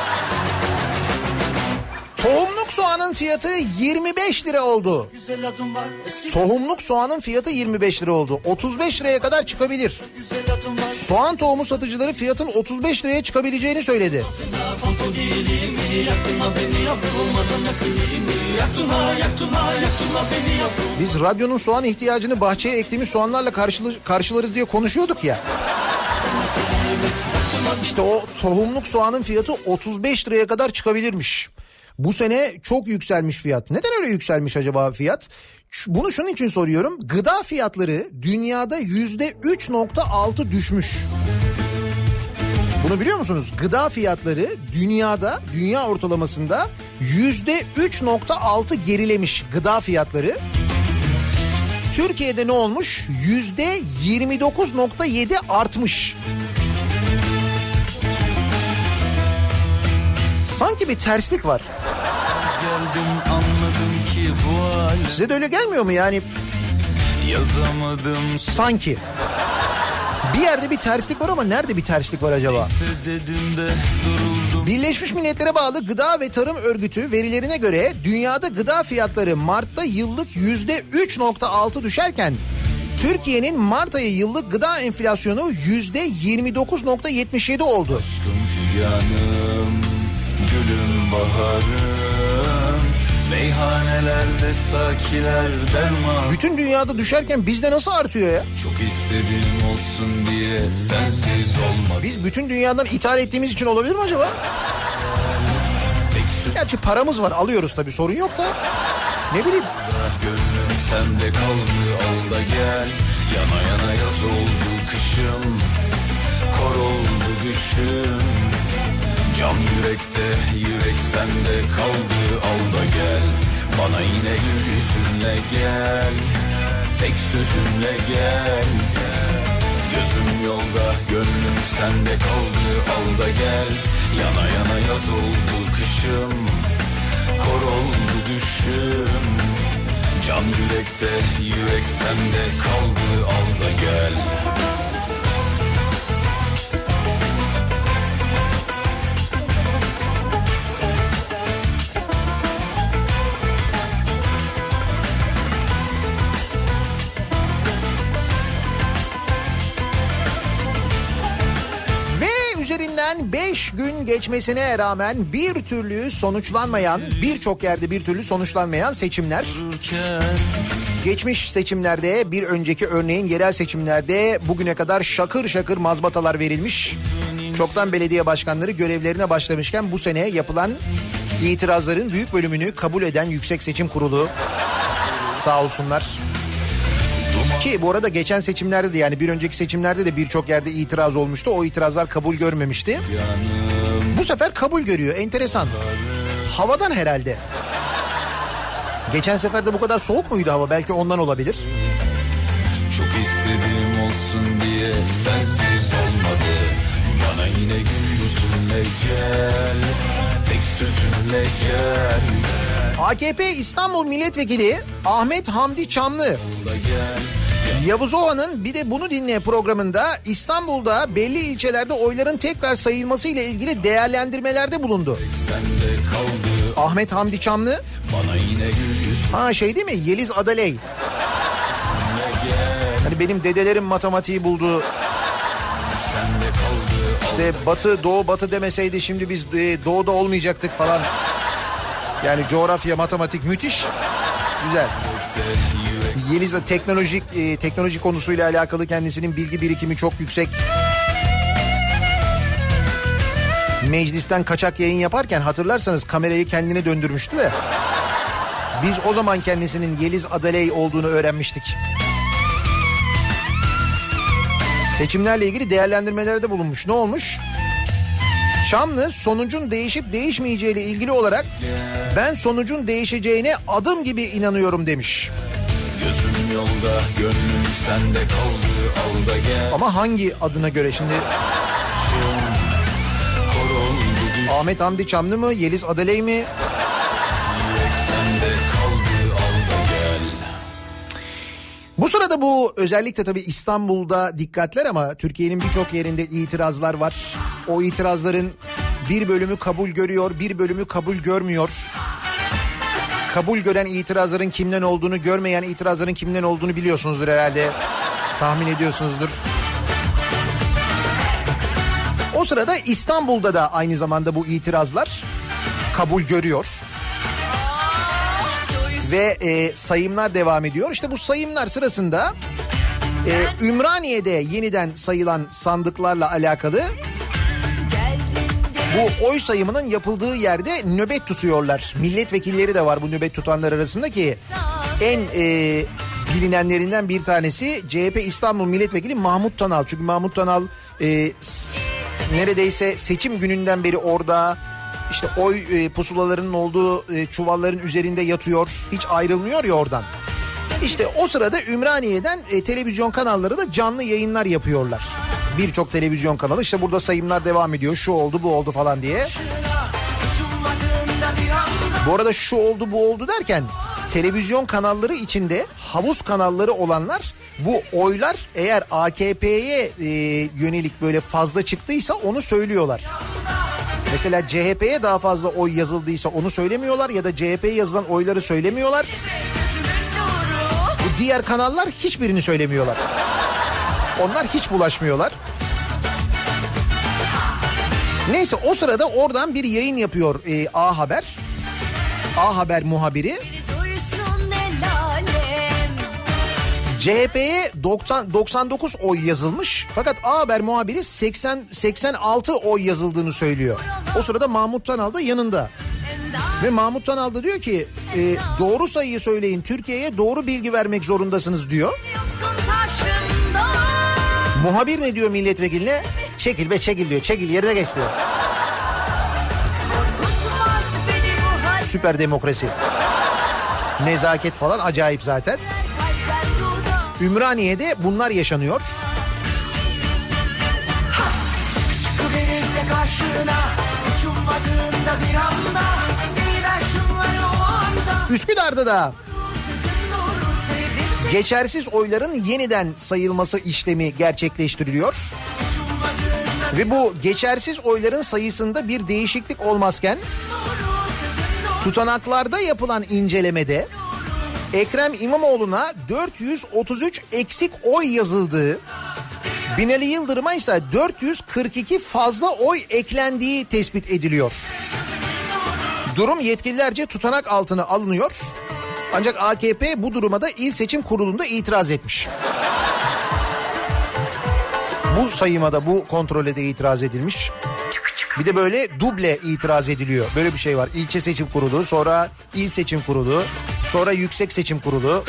Tohumluk soğanın fiyatı yirmi beş lira oldu. Tohumluk soğanın fiyatı yirmi beş lira oldu. otuz beş liraya kadar çıkabilir. Soğan tohumu satıcıları fiyatın otuz beş liraya çıkabileceğini söyledi. Biz radyonun soğan ihtiyacını bahçeye ektiğimiz soğanlarla karşılarız diye konuşuyorduk ya. İşte o tohumluk soğanın fiyatı otuz beş liraya kadar çıkabilirmiş. Bu sene çok yükselmiş fiyat. Neden öyle yükselmiş acaba fiyat? Bunu şunun için soruyorum. Gıda fiyatları dünyada yüzde üç nokta altı düşmüş. Bunu biliyor musunuz? Gıda fiyatları dünyada, dünya ortalamasında yüzde üç nokta altı gerilemiş gıda fiyatları. Türkiye'de ne olmuş? yüzde yirmi dokuz nokta yedi artmış. Sanki bir terslik var. Geldim anladım ki bu hal. Size de öyle gelmiyor mu yani? Yazamadım sanki. Bir yerde bir terslik var ama nerede bir terslik var acaba? dedim de duruldum. Birleşmiş Milletler'e bağlı Gıda ve Tarım Örgütü verilerine göre dünyada gıda fiyatları Mart'ta yıllık yüzde üç nokta altı düşerken Türkiye'nin Mart ayı yıllık gıda enflasyonu yüzde yirmi dokuz nokta yetmiş yedi oldu. Aşkım figanım, gülüm baharım, meyhanelerde sakiler derman. Bütün dünyada düşerken bizde nasıl artıyor ya? Çok istedim olsun diye sensiz olmadı. Biz bütün dünyadan ithal ettiğimiz için olabilir mi acaba? Gerçi paramız var, alıyoruz tabii, sorun yok da. Ne bileyim. Gönlüm sende kaldı, al da gel. Yana yana yaz oldu kışım, kor oldu düşüm. Cam yürekte, yürek sende kaldı, al da gel. Bana yine gül yüzünle gel, tek sözünle gel. Gözüm yolda, gönlüm sende kaldı, al da gel. Yana yana yaz oldu kışım, kor oldu düşüm. Can yürekte, yürek sende kaldı, al da gel. Üzerinden beş gün geçmesine rağmen bir türlü sonuçlanmayan, birçok yerde bir türlü sonuçlanmayan seçimler. Geçmiş seçimlerde, bir önceki örneğin yerel seçimlerde bugüne kadar şakır şakır mazbatalar verilmiş. Çoktan belediye başkanları görevlerine başlamışken bu sene yapılan itirazların büyük bölümünü kabul eden Yüksek Seçim Kurulu, sağ olsunlar. Ki bu arada geçen seçimlerde de, yani bir önceki seçimlerde de birçok yerde itiraz olmuştu. O itirazlar kabul görmemişti. Bu sefer kabul görüyor. Enteresan. Havadan herhalde. Geçen sefer de bu kadar soğuk muydu hava? Belki ondan olabilir. Çok istedim olsun diye sensiz olmadı. Bana yine gül yüzünle gel, tek sözünle gel. A K P İstanbul Milletvekili Ahmet Hamdi Çamlı, Yavuz Ova'nın Bir de Bunu Dinle programında İstanbul'da belli ilçelerde oyların tekrar sayılması ile ilgili değerlendirmelerde bulundu. Ahmet Hamdi Çamlı, bana yine ha şey değil mi, Yeliz Adaley. Hani benim dedelerim matematiği buldu. İşte batı doğu batı demeseydi şimdi biz doğuda olmayacaktık falan. Yani coğrafya, matematik müthiş. Güzel. Yeliz teknolojik e, teknoloji konusuyla alakalı kendisinin bilgi birikimi çok yüksek. Meclisten kaçak yayın yaparken hatırlarsanız kamerayı kendine döndürmüştü de. Biz o zaman kendisinin Yeliz Adaley olduğunu öğrenmiştik. Seçimlerle ilgili değerlendirmelerde bulunmuş. Ne olmuş? Çamlı sonucun değişip değişmeyeceğiyle ilgili olarak ben sonucun değişeceğine adım gibi inanıyorum demiş. Gözüm yolda, gönlüm sende kaldı, al da gel. Ama hangi adına göre şimdi? Ahmet Hamdi Çamlı mı, Yeliz Adaley mi? Bu sırada bu özellikle tabii İstanbul'da dikkatler ama Türkiye'nin birçok yerinde itirazlar var. O itirazların bir bölümü kabul görüyor, bir bölümü kabul görmüyor. Kabul gören itirazların kimden olduğunu, görmeyen itirazların kimden olduğunu biliyorsunuzdur herhalde. Tahmin ediyorsunuzdur. O sırada İstanbul'da da aynı zamanda bu itirazlar kabul görüyor. Ve e, sayımlar devam ediyor. İşte bu sayımlar sırasında e, Ümraniye'de yeniden sayılan sandıklarla alakalı Bu oy sayımının yapıldığı yerde nöbet tutuyorlar. Milletvekilleri de var bu nöbet tutanlar arasında ki en e, bilinenlerinden bir tanesi C H P İstanbul Milletvekili Mahmut Tanal. Çünkü Mahmut Tanal e, s- neredeyse seçim gününden beri orada, işte oy e, pusulalarının olduğu e, çuvalların üzerinde yatıyor. Hiç ayrılmıyor ya oradan. İşte o sırada Ümraniye'den e, televizyon kanalları da canlı yayınlar yapıyorlar. Birçok televizyon kanalı işte burada sayımlar devam ediyor, şu oldu bu oldu falan diye. Bu arada şu oldu bu oldu derken televizyon kanalları içinde havuz kanalları olanlar bu oylar eğer A K P'ye e, yönelik böyle fazla çıktıysa onu söylüyorlar. Mesela C H P'ye daha fazla oy yazıldıysa onu söylemiyorlar ya da C H P'ye yazılan oyları söylemiyorlar. Bu diğer kanallar hiçbirini söylemiyorlar. Onlar hiç bulaşmıyorlar. Neyse o sırada oradan bir yayın yapıyor e, A Haber. A Haber muhabiri. C H P'ye doksan, doksan dokuz oy yazılmış fakat A Haber muhabiri seksen, seksen altı oy yazıldığını söylüyor. O sırada Mahmut Tanal da yanında. Ve Mahmut Tanal da diyor ki e, doğru sayıyı söyleyin, Türkiye'ye doğru bilgi vermek zorundasınız diyor. Muhabir ne diyor milletvekiline? Çekil be çekil diyor, çekil yerine geç diyor. Süper demokrasi. Nezaket falan acayip zaten. Ümraniye'de bunlar yaşanıyor. Üsküdar'da da geçersiz oyların yeniden sayılması işlemi gerçekleştiriliyor. Ve bu geçersiz oyların sayısında bir değişiklik olmazken tutanaklarda yapılan incelemede Ekrem İmamoğlu'na dört yüz otuz üç eksik oy yazıldığı, Binali Yıldırım'a ise dört yüz kırk iki fazla oy eklendiği tespit ediliyor. Durum yetkililerce tutanak altına alınıyor. Ancak A K P bu duruma da İl Seçim Kurulu'nda itiraz etmiş. Bu sayıma da bu kontrole de itiraz edilmiş. Bir de böyle duble itiraz ediliyor. Böyle bir şey var. İlçe Seçim Kurulu, sonra İl Seçim Kurulu, sonra Yüksek Seçim Kurulu.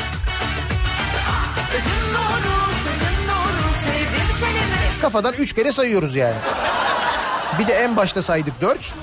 Kafadan üç kere sayıyoruz yani. Bir de en başta saydık dört.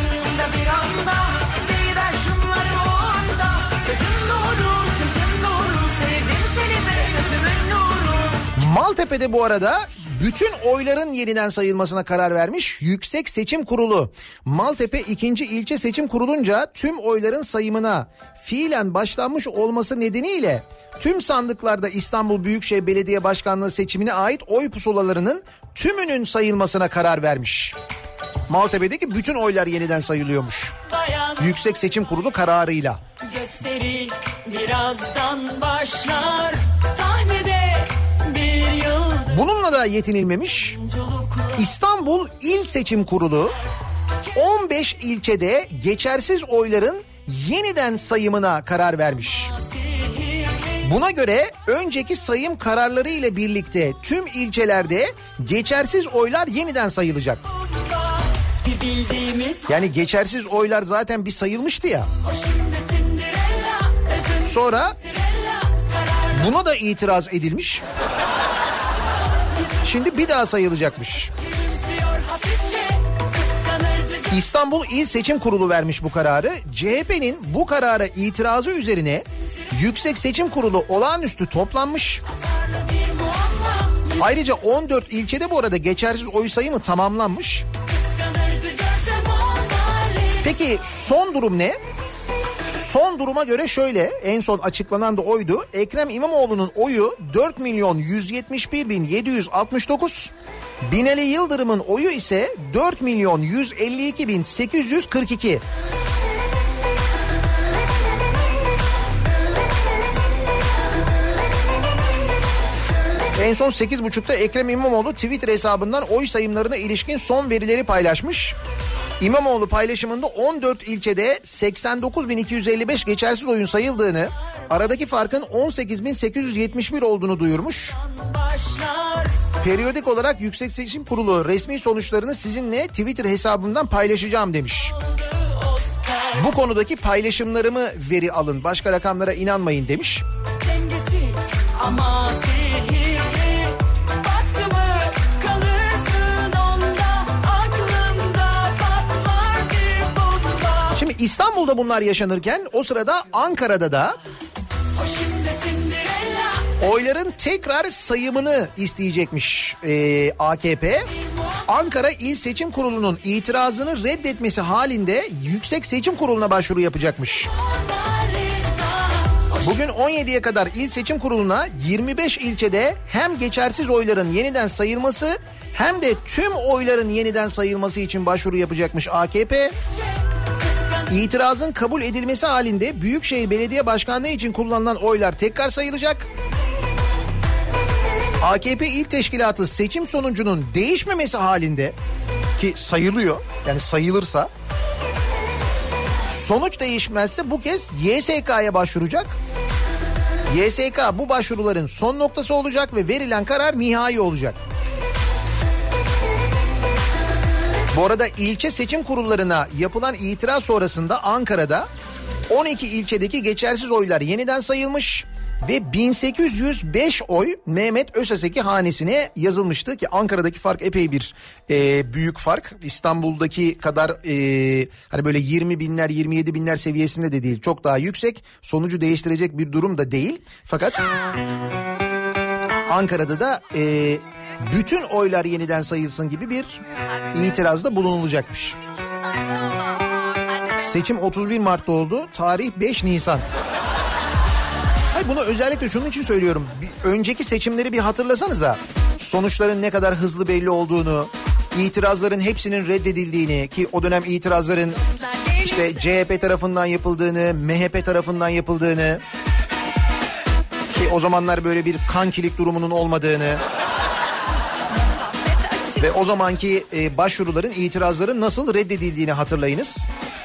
Maltepe'de bu arada bütün oyların yeniden sayılmasına karar vermiş Yüksek Seçim Kurulu. Maltepe ikinci ilçe seçim kurulunca tüm oyların sayımına fiilen başlanmış olması nedeniyle tüm sandıklarda İstanbul Büyükşehir Belediye Başkanlığı seçimine ait oy pusulalarının tümünün sayılmasına karar vermiş. Maltepe'deki bütün oylar yeniden sayılıyormuş. Yüksek Seçim Kurulu kararıyla. Gösteri birazdan başlar sahnede. Bununla da yetinilmemiş. İstanbul İl Seçim Kurulu on beş ilçede geçersiz oyların yeniden sayımına karar vermiş. Buna göre önceki sayım kararları ile birlikte tüm ilçelerde geçersiz oylar yeniden sayılacak. Yani geçersiz oylar zaten bir sayılmıştı ya. Sonra buna da itiraz edilmiş. Şimdi bir daha sayılacakmış. İstanbul İl Seçim Kurulu vermiş bu kararı. C H P'nin bu karara itirazı üzerine Yüksek Seçim Kurulu olağanüstü toplanmış. Ayrıca on dört ilçede bu arada geçersiz oy sayımı tamamlanmış. Peki son durum ne? Son duruma göre şöyle, en son açıklanan da oydu. Ekrem İmamoğlu'nun oyu dört milyon yüz yetmiş bir bin yedi yüz altmış dokuz. Binali Yıldırım'ın oyu ise dört milyon yüz elli iki bin sekiz yüz kırk iki. En son sekiz buçukta Ekrem İmamoğlu Twitter hesabından oy sayımlarına ilişkin son verileri paylaşmış. İmamoğlu paylaşımında on dört ilçede seksen dokuz bin iki yüz elli beş geçersiz oyun sayıldığını, aradaki farkın on sekiz bin sekiz yüz yetmiş bir olduğunu duyurmuş. Başlar. Periyodik olarak Yüksek Seçim Kurulu resmi sonuçlarını sizinle Twitter hesabımdan paylaşacağım demiş. Bu konudaki paylaşımlarımı veri alın, başka rakamlara inanmayın demiş. Ama sihirli, baktı mı kalırsın onda, aklımda patlar bir bomba. Şimdi İstanbul'da bunlar yaşanırken o sırada Ankara'da da oyların tekrar sayımını isteyecekmiş e, A K P. Ankara İl Seçim Kurulu'nun itirazını reddetmesi halinde Yüksek Seçim Kurulu'na başvuru yapacakmış. Bugün on yediye kadar İl Seçim Kurulu'na yirmi beş ilçede hem geçersiz oyların yeniden sayılması hem de tüm oyların yeniden sayılması için başvuru yapacakmış A K P. İtirazın kabul edilmesi halinde Büyükşehir Belediye Başkanlığı için kullanılan oylar tekrar sayılacak. A K P İl Teşkilatı seçim sonucunun değişmemesi halinde, ki sayılıyor yani sayılırsa, sonuç değişmezse bu kez Y S K'ya başvuracak. Y S K bu başvuruların son noktası olacak ve verilen karar nihai olacak. Bu arada ilçe seçim kurullarına yapılan itiraz sonrasında Ankara'da on iki ilçedeki geçersiz oylar yeniden sayılmış ve bin sekiz yüz beş oy Mehmet Özaseki hanesine yazılmıştı ki Ankara'daki fark epey bir e, büyük fark. İstanbul'daki kadar e, hani böyle yirmi binler yirmi yedi binler seviyesinde de değil, çok daha yüksek, sonucu değiştirecek bir durum da değil. Fakat Ankara'da da e, bütün oylar yeniden sayılsın gibi bir itirazda bulunulacakmış. Seçim otuz bir Mart'ta oldu, tarih beş Nisan. Hayır, bunu özellikle şunun için söylüyorum. Bir, önceki seçimleri bir hatırlasanıza. Sonuçların ne kadar hızlı belli olduğunu, itirazların hepsinin reddedildiğini, ki o dönem itirazların işte C H P tarafından yapıldığını, M H P tarafından yapıldığını, ki o zamanlar böyle bir kankilik durumunun olmadığını ve o zamanki e, başvuruların, itirazların nasıl reddedildiğini hatırlayınız.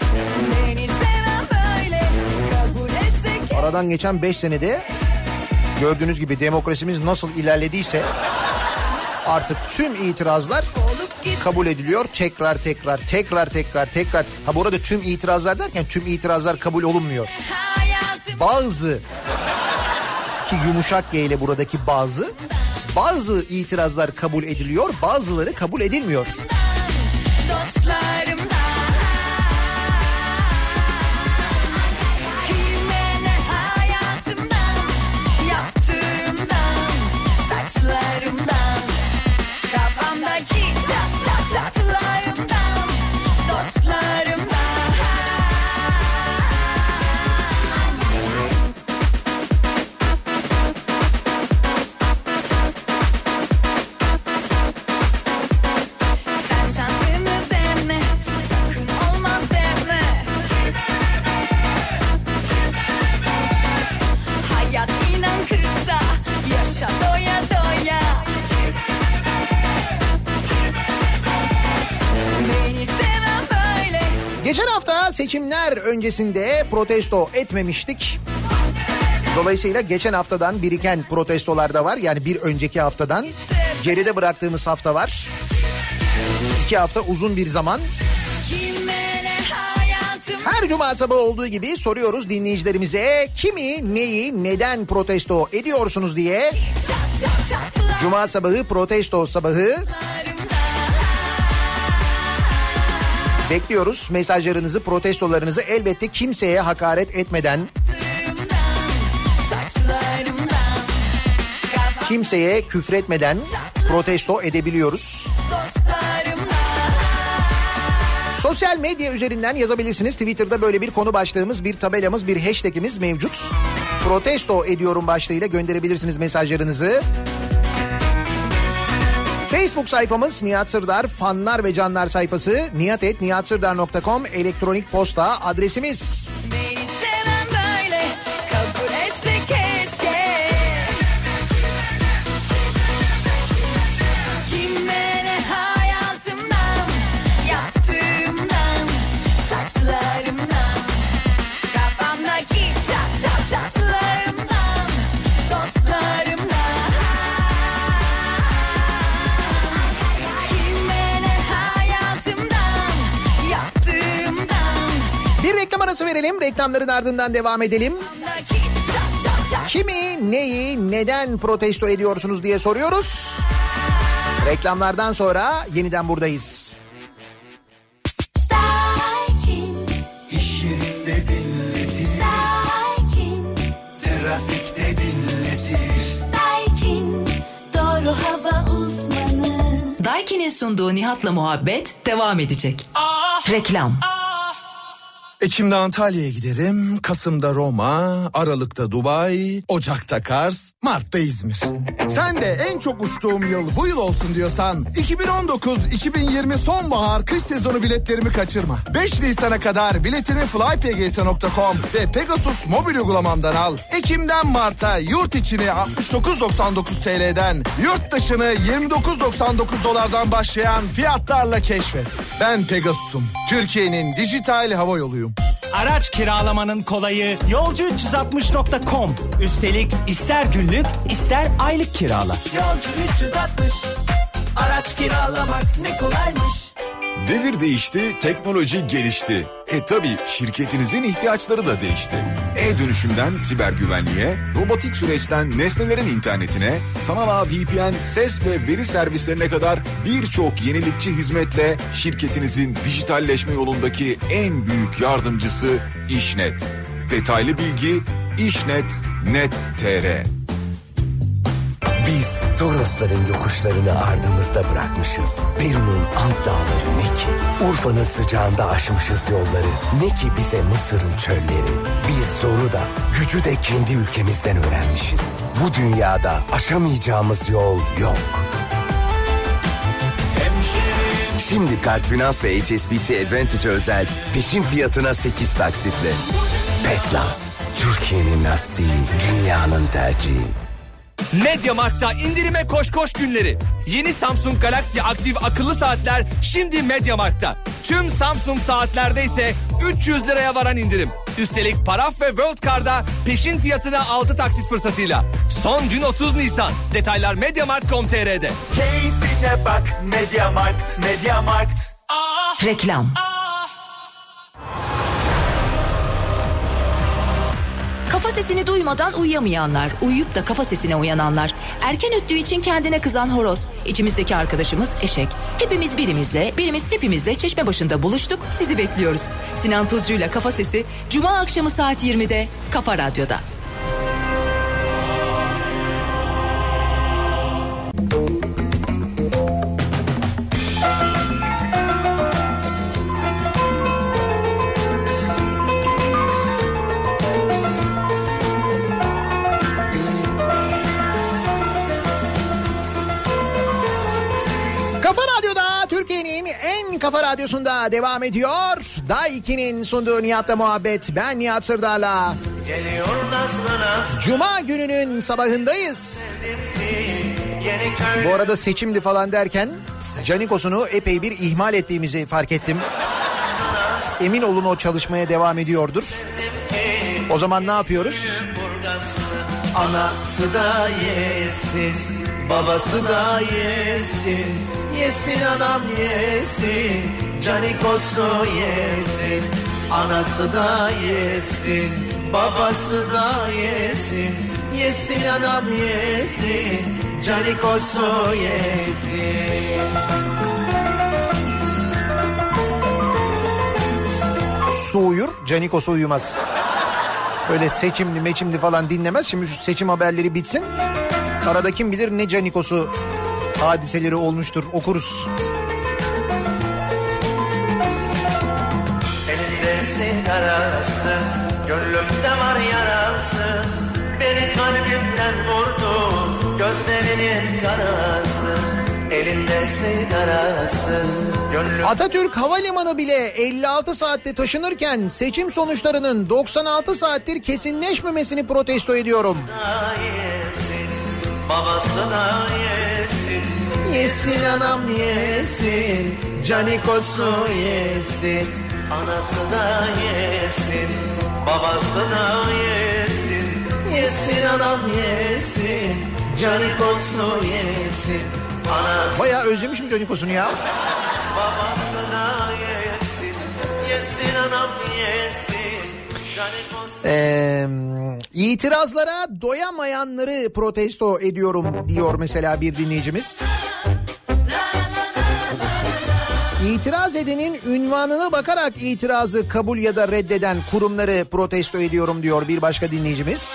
Aradan geçen beş senede gördüğünüz gibi demokrasimiz nasıl ilerlediyse artık tüm itirazlar kabul ediliyor. Tekrar tekrar tekrar tekrar tekrar. Ha bu arada tüm itirazlar derken tüm itirazlar kabul olunmuyor. Bazı, ki yumuşak G ile buradaki bazı, bazı itirazlar kabul ediliyor, bazıları kabul edilmiyor. Geçen hafta seçimler öncesinde protesto etmemiştik. Dolayısıyla geçen haftadan biriken protestolar da var. Yani bir önceki haftadan geride bıraktığımız hafta var. İki hafta uzun bir zaman. Her cuma sabahı olduğu gibi soruyoruz dinleyicilerimize, kimi, neyi, neden protesto ediyorsunuz diye. Cuma sabahı protesto sabahı. Bekliyoruz mesajlarınızı, protestolarınızı, elbette kimseye hakaret etmeden, kimseye küfretmeden protesto edebiliyoruz. Sosyal medya üzerinden yazabilirsiniz. Twitter'da böyle bir konu başlığımız, bir tabelamız, bir hashtagimiz mevcut. Protesto ediyorum başlığıyla gönderebilirsiniz mesajlarınızı. Facebook sayfamız Nihat Sırdar fanlar ve canlar sayfası, nihat et nihat sırdar nokta com elektronik posta adresimiz. molası verelim. Reklamların ardından devam edelim. Kimi, neyi, neden protesto ediyorsunuz diye soruyoruz. Reklamlardan sonra yeniden buradayız. İş yerinde dinletir, trafikte dinletir. Daikin, doğru hava uzmanı. Daikin'in sunduğu Nihat'la Muhabbet devam edecek. Reklam. Ekim'de Antalya'ya giderim, Kasım'da Roma, Aralık'ta Dubai, Ocak'ta Kars, Mart'ta İzmir. Sen de en çok uçtuğum yıl bu yıl olsun diyorsan iki bin on dokuz iki bin yirmi sonbahar kış sezonu biletlerimi kaçırma. beş Nisan'a kadar biletini fly p g s nokta com ve Pegasus mobil uygulamamdan al. Ekim'den Mart'a yurt içini altmış dokuz doksan dokuz T L'den, yurt dışını yirmi dokuz doksan dokuz dolardan başlayan fiyatlarla keşfet. Ben Pegasus'um. Türkiye'nin dijital hava yoluyum. Araç kiralamanın kolayı yolcu üç yüz altmış nokta com. Üstelik ister günlük ister aylık kirala. Yolcu üç yüz altmış, araç kiralamak ne kolaymış. Devir değişti, teknoloji gelişti. E tabi şirketinizin ihtiyaçları da değişti. E-dönüşümden siber güvenliğe, robotik süreçten nesnelerin internetine, sanal ağ V P N, ses ve veri servislerine kadar birçok yenilikçi hizmetle şirketinizin dijitalleşme yolundaki en büyük yardımcısı İşnet. Detaylı bilgi işnet nokta net nokta t r. Biz Torosların yokuşlarını ardımızda bırakmışız. Peru'nun Ant dağları ne ki? Urfa'nın sıcağında aşmışız yolları. Ne ki bize Mısır'ın çölleri. Biz zoru da gücü de kendi ülkemizden öğrenmişiz. Bu dünyada aşamayacağımız yol yok. Şimdi Kart Finans ve H S B C Advantage özel peşin fiyatına sekiz taksitle. Petlas, Türkiye'nin lastiği, dünyanın tercihi. Mediamarkt'ta indirime koş koş günleri. Yeni Samsung Galaxy Active akıllı saatler şimdi Mediamarkt'ta. Tüm Samsung saatlerde ise üç yüz liraya varan indirim. Üstelik Paraf ve World Card'da peşin fiyatına altı taksit fırsatıyla. Son gün otuz Nisan. Detaylar mediamarkt nokta com nokta t r'de. Keyfine bak Mediamarkt, Mediamarkt. Reklam. Kafa sesini duymadan uyuyamayanlar, uyuyup da kafa sesine uyananlar, erken öttüğü için kendine kızan horoz, içimizdeki arkadaşımız eşek. Hepimiz birimizle, birimiz hepimizle çeşme başında buluştuk, sizi bekliyoruz. Sinan Tuzcu'yla Kafa Sesi, Cuma akşamı saat yirmide Kafa Radyo'da. Kafa Radyosu'nda devam ediyor. Daiki'nin sunduğu Nihat'la Muhabbet. Ben Nihat Sırdar'la. Cuma gününün sabahındayız. Bu arada seçimdi falan derken Canikos'unu epey bir ihmal ettiğimizi fark ettim. Emin olun o çalışmaya devam ediyordur. O zaman ne yapıyoruz? Anası da yesin, babası da yesin. Yesin anam yesin, Canikos'u yesin. Anası da yesin, babası da yesin. Yesin anam yesin, Canikos'u yesin. Su uyur, Canikos'u uyumaz. Öyle seçimli meçimli falan dinlemez. Şimdi şu seçim haberleri bitsin. Arada kim bilir ne Canikos'u hadiseleri olmuştur, okuruz. Elinde sigarası, gönlümde var yarası. Beni kalbimden vurdu, gözlerinin karası. Elinde sigarası, gönlümde... Atatürk Havalimanı bile elli altı saatte taşınırken seçim sonuçlarının doksan altı saattir kesinleşmemesini protesto ediyorum. Babası da yesin. Yesin anam yesin, Canikos'u yesin. Anası da yesin, babası da yesin. Yesin anam yesin, Canikos'u yesin. Anası... Bayağı özlemişim Canikos'unu ya. Babası da yesin, yesin anam yesin. Ee, itirazlara doyamayanları protesto ediyorum diyor mesela bir dinleyicimiz. İtiraz edenin ünvanına bakarak itirazı kabul ya da reddeden kurumları protesto ediyorum diyor bir başka dinleyicimiz.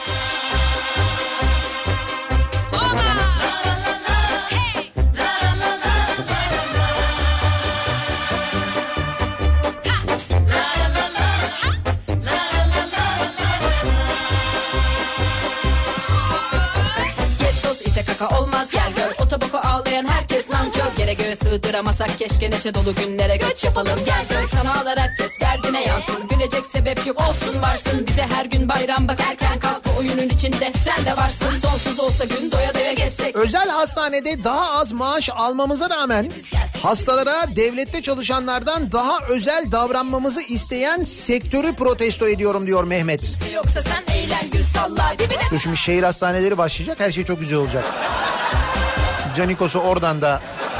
Olmaz gel gör otoboku ağlayan herkes nankör. Yere göğe sığdıramasak keşke neşe dolu günlere göç yapalım. Gel gör kanallar herkes derdine yansın. Gülecek sebep yok olsun varsın. Bize her gün bayram bak erken kalk bu oyunun içinde sen de varsın. Sonsuz olsa gün doya doya geçsek. Özel hastanede daha az maaş almamıza rağmen hastalara devlette çalışanlardan daha özel davranmamızı isteyen sektörü protesto ediyorum diyor Mehmet. Yoksa sen eğlen gül salla dibine. Dur şimdi şehir hastaneleri başlayacak, her şey çok güzel olacak. Canikos'u oradan da.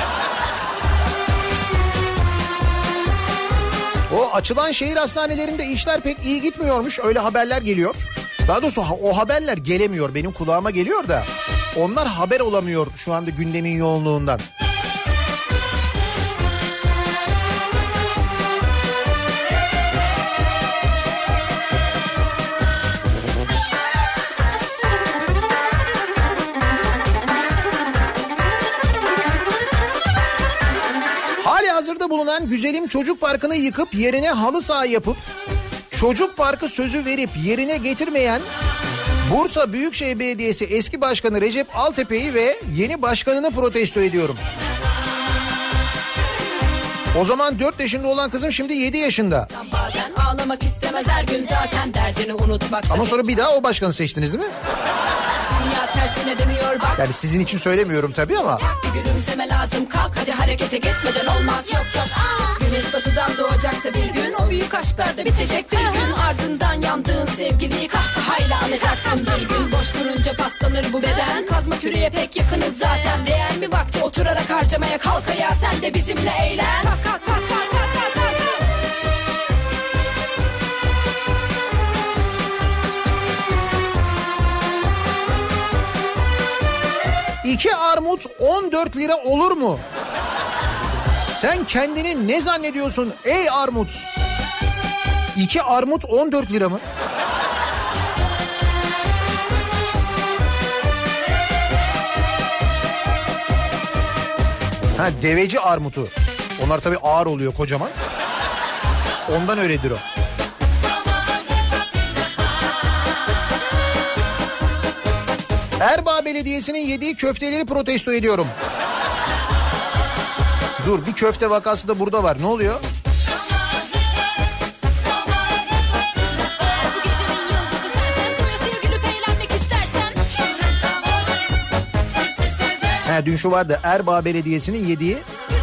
O açılan şehir hastanelerinde işler pek iyi gitmiyormuş, öyle haberler geliyor. Daha doğrusu o haberler gelemiyor, benim kulağıma geliyor da onlar haber olamıyor şu anda gündemin yoğunluğundan. Hazırda bulunan güzelim çocuk parkını yıkıp yerine halı saha yapıp çocuk parkı sözü verip yerine getirmeyen Bursa Büyükşehir Belediyesi eski başkanı Recep Altepe'yi ve yeni başkanını protesto ediyorum. O zaman dört yaşında olan kızım şimdi yedi yaşında. Bazen ağlamak istemez her gün zaten derdini unutmak. Ama sonra bir daha o başkanı seçtiniz değil mi? Dünya tersine dönüyor bak. Yani sizin için söylemiyorum tabii ama. Bir gülümseme lazım kalk hadi harekete geçmeden olmaz. Yok yok aa. Güneş batıdan doğacaksa bir gün o büyük aşklar da bitecek bir gün. Ardından yandığın sevgiliyi kahkahayla anacaksın bir gün. Boş durunca paslanır bu beden. Kazma küreye pek yakınız zaten. Değer mi vakti oturarak harcamaya kalk ayağa sen de bizimle eğlen. Kalk kalk kalk kalk kalk kalk kalk. İki armut on dört lira olur mu? Sen kendini ne zannediyorsun ey armut? İki armut on dört lira mı? Ha, deveci armutu. Onlar tabii ağır oluyor, kocaman. Ondan öyledir o. Erbaa Belediyesi'nin yediği köfteleri protesto ediyorum. Dur, bir köfte vakası da burada var. Ne oluyor? He, dün şu vardı, Erbaa Belediyesi'nin yediği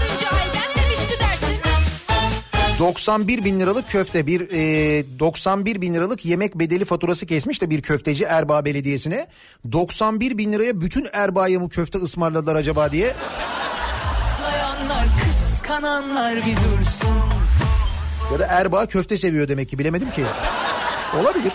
doksan bir bin liralık köfte, bir e, doksan bir bin liralık yemek bedeli faturası kesmiş de bir köfteci Erbaa Belediyesi'ne. doksan bir bin liraya bütün Erbaa'ya mı köfte ısmarladılar acaba diye. Kıslayanlar, kıskananlar bir dursun. Ya da Erbaa köfte seviyor demek ki, bilemedim ki. Olabilir.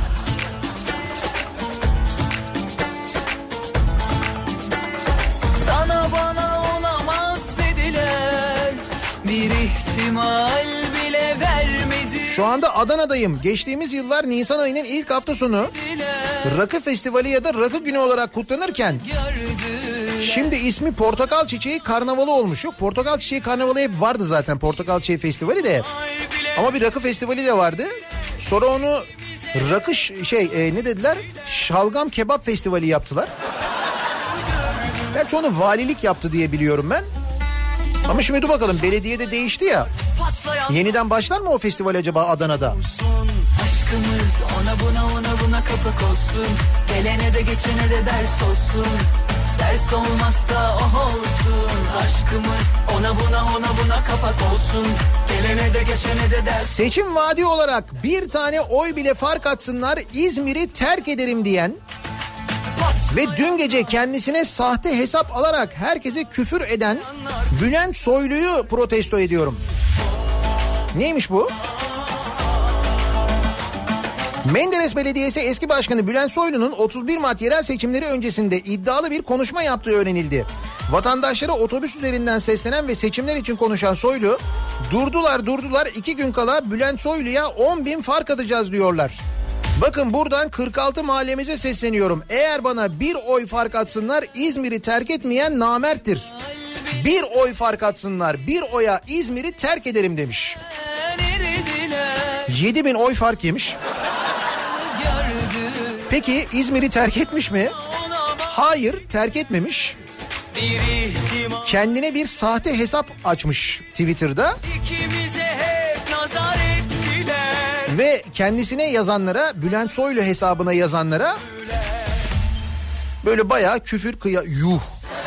Sana bana olamaz dediler, bir ihtimal bile vermedi. Şu anda Adana'dayım. Geçtiğimiz yıllar Nisan ayının ilk hafta sonu Rakı Festivali ya da Rakı Günü olarak kutlanırken şimdi ismi Portakal Çiçeği Karnavalı olmuş. Yok, Portakal Çiçeği Karnavalı hep vardı zaten, Portakal Çiçeği Festivali de. Ama bir rakı festivali de vardı. Sonra onu rakı şey e, ne dediler? Şalgam Kebap Festivali yaptılar. Gerçi onu valilik yaptı diye biliyorum ben. Ama şimdi dur bakalım, belediye de değişti ya. Yeniden başlar mı o festival acaba Adana'da? Aşkımız ona buna ona buna kapak olsun. Gelene de geçene de ders olsun. Ders olmazsa oh olsun. Aşkımız ona buna ona buna kapak olsun. Gelene de geçene de ders. Seçim vaadi olarak bir tane oy bile fark atsınlar, İzmir'i terk ederim diyen ve dün gece kendisine sahte hesap alarak herkese küfür eden Bülent Soylu'yu protesto ediyorum. Neymiş bu? Menderes Belediyesi eski başkanı Bülent Soylu'nun otuz bir Mart yerel seçimleri öncesinde iddialı bir konuşma yaptığı öğrenildi. Vatandaşlara otobüs üzerinden seslenen ve seçimler için konuşan Soylu, durdular durdular iki gün kala Bülent Soylu'ya on bin fark atacağız diyorlar. Bakın buradan kırk altı mahallemize sesleniyorum. Eğer bana bir oy fark atsınlar İzmir'i terk etmeyen namerttir. Bir oy fark atsınlar, bir oya İzmir'i terk ederim demiş. yedi bin oy fark yemiş. Peki İzmir'i terk etmiş mi? Hayır, terk etmemiş. Kendine bir sahte hesap açmış Twitter'da. Ve kendisine yazanlara, Bülent Soylu hesabına yazanlara böyle bayağı küfür kıya... Yuh!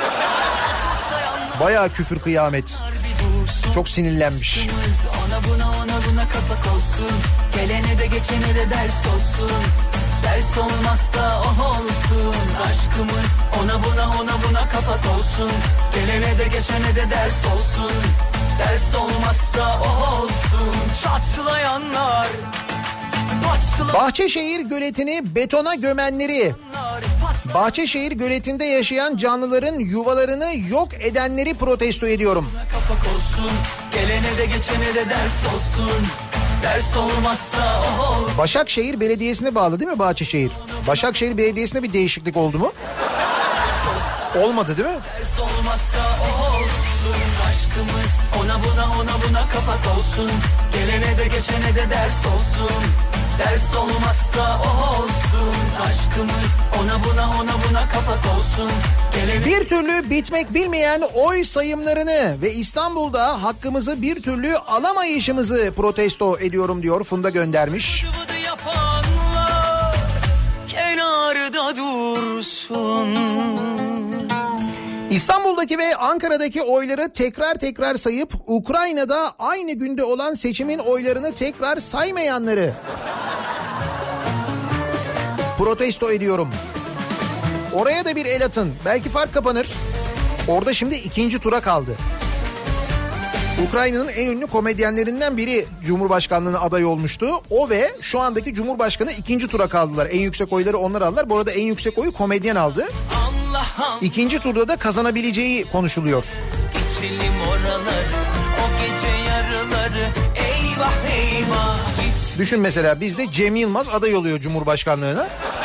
Bayağı küfür kıyamet. Çok sinirlenmiş. Ona buna ona buna kapak olsun. Gelene de geçene de ders olsun. Ders olmazsa oh olsun. Aşkımız ona buna ona buna kapak olsun. Gelene de geçene de ders olsun. Ders olmazsa oh olsun. Çatlayanlar, Bahçeşehir göletini betona gömenleri, Bahçeşehir göletinde yaşayan canlıların yuvalarını yok edenleri protesto ediyorum. kapak olsun. Gelene de geçene de ders olsun. Ders olmazsa oh olsun. Başakşehir Belediyesi'ne bağlı değil mi Bahçeşehir? Başakşehir Belediyesi'nde bir değişiklik oldu mu? Olmadı değil mi? Ders olmazsa oh olsun. Aşkımız ona buna ona buna kapak olsun. Gelene de geçene de ders olsun. Ders olmazsa oh olsun. Aşkımız ona buna ona buna kapak olsun. Gelene... Bir türlü bitmek bilmeyen oy sayımlarını ve İstanbul'da hakkımızı bir türlü alamayışımızı protesto ediyorum diyor, Funda göndermiş. Yapanlar kenarda dursun. İstanbul'daki ve Ankara'daki oyları tekrar tekrar sayıp Ukrayna'da aynı günde olan seçimin oylarını tekrar saymayanları protesto ediyorum. Oraya da bir el atın. Belki fark kapanır. Orada şimdi ikinci tura kaldı. Ukrayna'nın en ünlü komedyenlerinden biri Cumhurbaşkanlığına aday olmuştu. O ve şu andaki Cumhurbaşkanı ikinci tura kaldılar. En yüksek oyları onlar aldılar. Bu arada en yüksek oyu komedyen aldı. İkinci turda da kazanabileceği konuşuluyor. Geçelim oraları, o gece yarıları, eyvah eyvah. Düşün mesela bizde Cem Yılmaz aday oluyor Cumhurbaşkanlığına.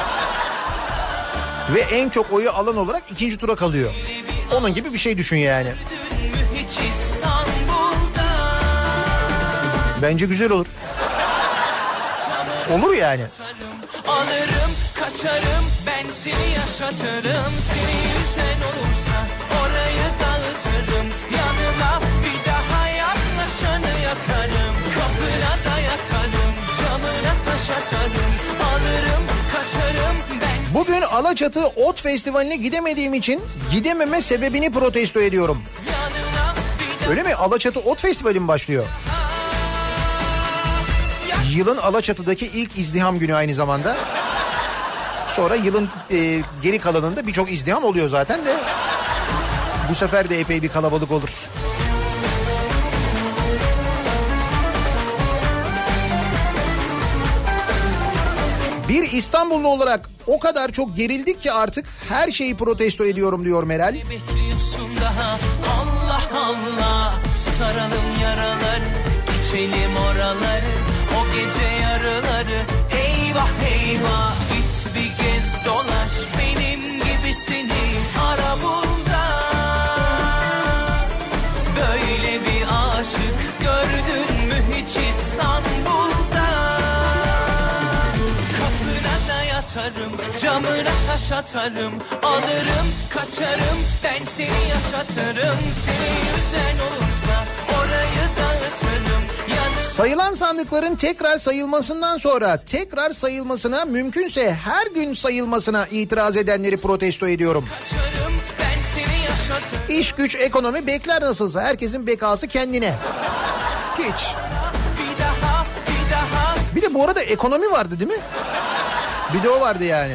Ve en çok oyu alan olarak ikinci tura kalıyor. Onun gibi bir şey düşün yani. Hiç İstanbul'da. Bence güzel olur. Olur yani. Alırım, kaçarım, ben seni yaşatırım. Seni yüzen olursa orayı dağıtırım. Yanıma bir daha yaklaşanı yakarım. Kapına da yatarım, camına taş atarım. Alırım, kaçarım, ben... Bugün Alaçatı Ot Festivali'ne gidemediğim için gidememe sebebini protesto ediyorum. Öyle mi? Alaçatı Ot Festivali mi başlıyor? Yılın Alaçatı'daki ilk izdiham günü aynı zamanda. Sonra yılın e, geri kalanında birçok izdiham oluyor zaten de. Bu sefer de epey bir kalabalık olur. Bir İstanbullu olarak o kadar çok gerildik ki artık her şeyi protesto ediyorum diyor Meral. Bekliyorsun daha Allah Allah. Saralım yaralar, içelim oraları, o gece yarıları, eyvah eyvah. Git bir gez dolaş benim gibisini ara bunda. Böyle bir aşık gördün mü hiç İstanbul'da? Kapına da yatarım, camına taş atarım. Alırım, kaçarım, ben seni yaşatırım. Seni yüzen olursa orayı dağıtırım. Yanı... Sayılan sandıkların tekrar sayılmasından sonra tekrar sayılmasına, mümkünse her gün sayılmasına itiraz edenleri protesto ediyorum. Kaçarım, ben seni yaşatırım. İş güç ekonomi bekler nasılsa, herkesin bekası kendine. Hiç. Bir daha, bir daha. Bir de bu arada ekonomi vardı değil mi? Bir de o vardı yani.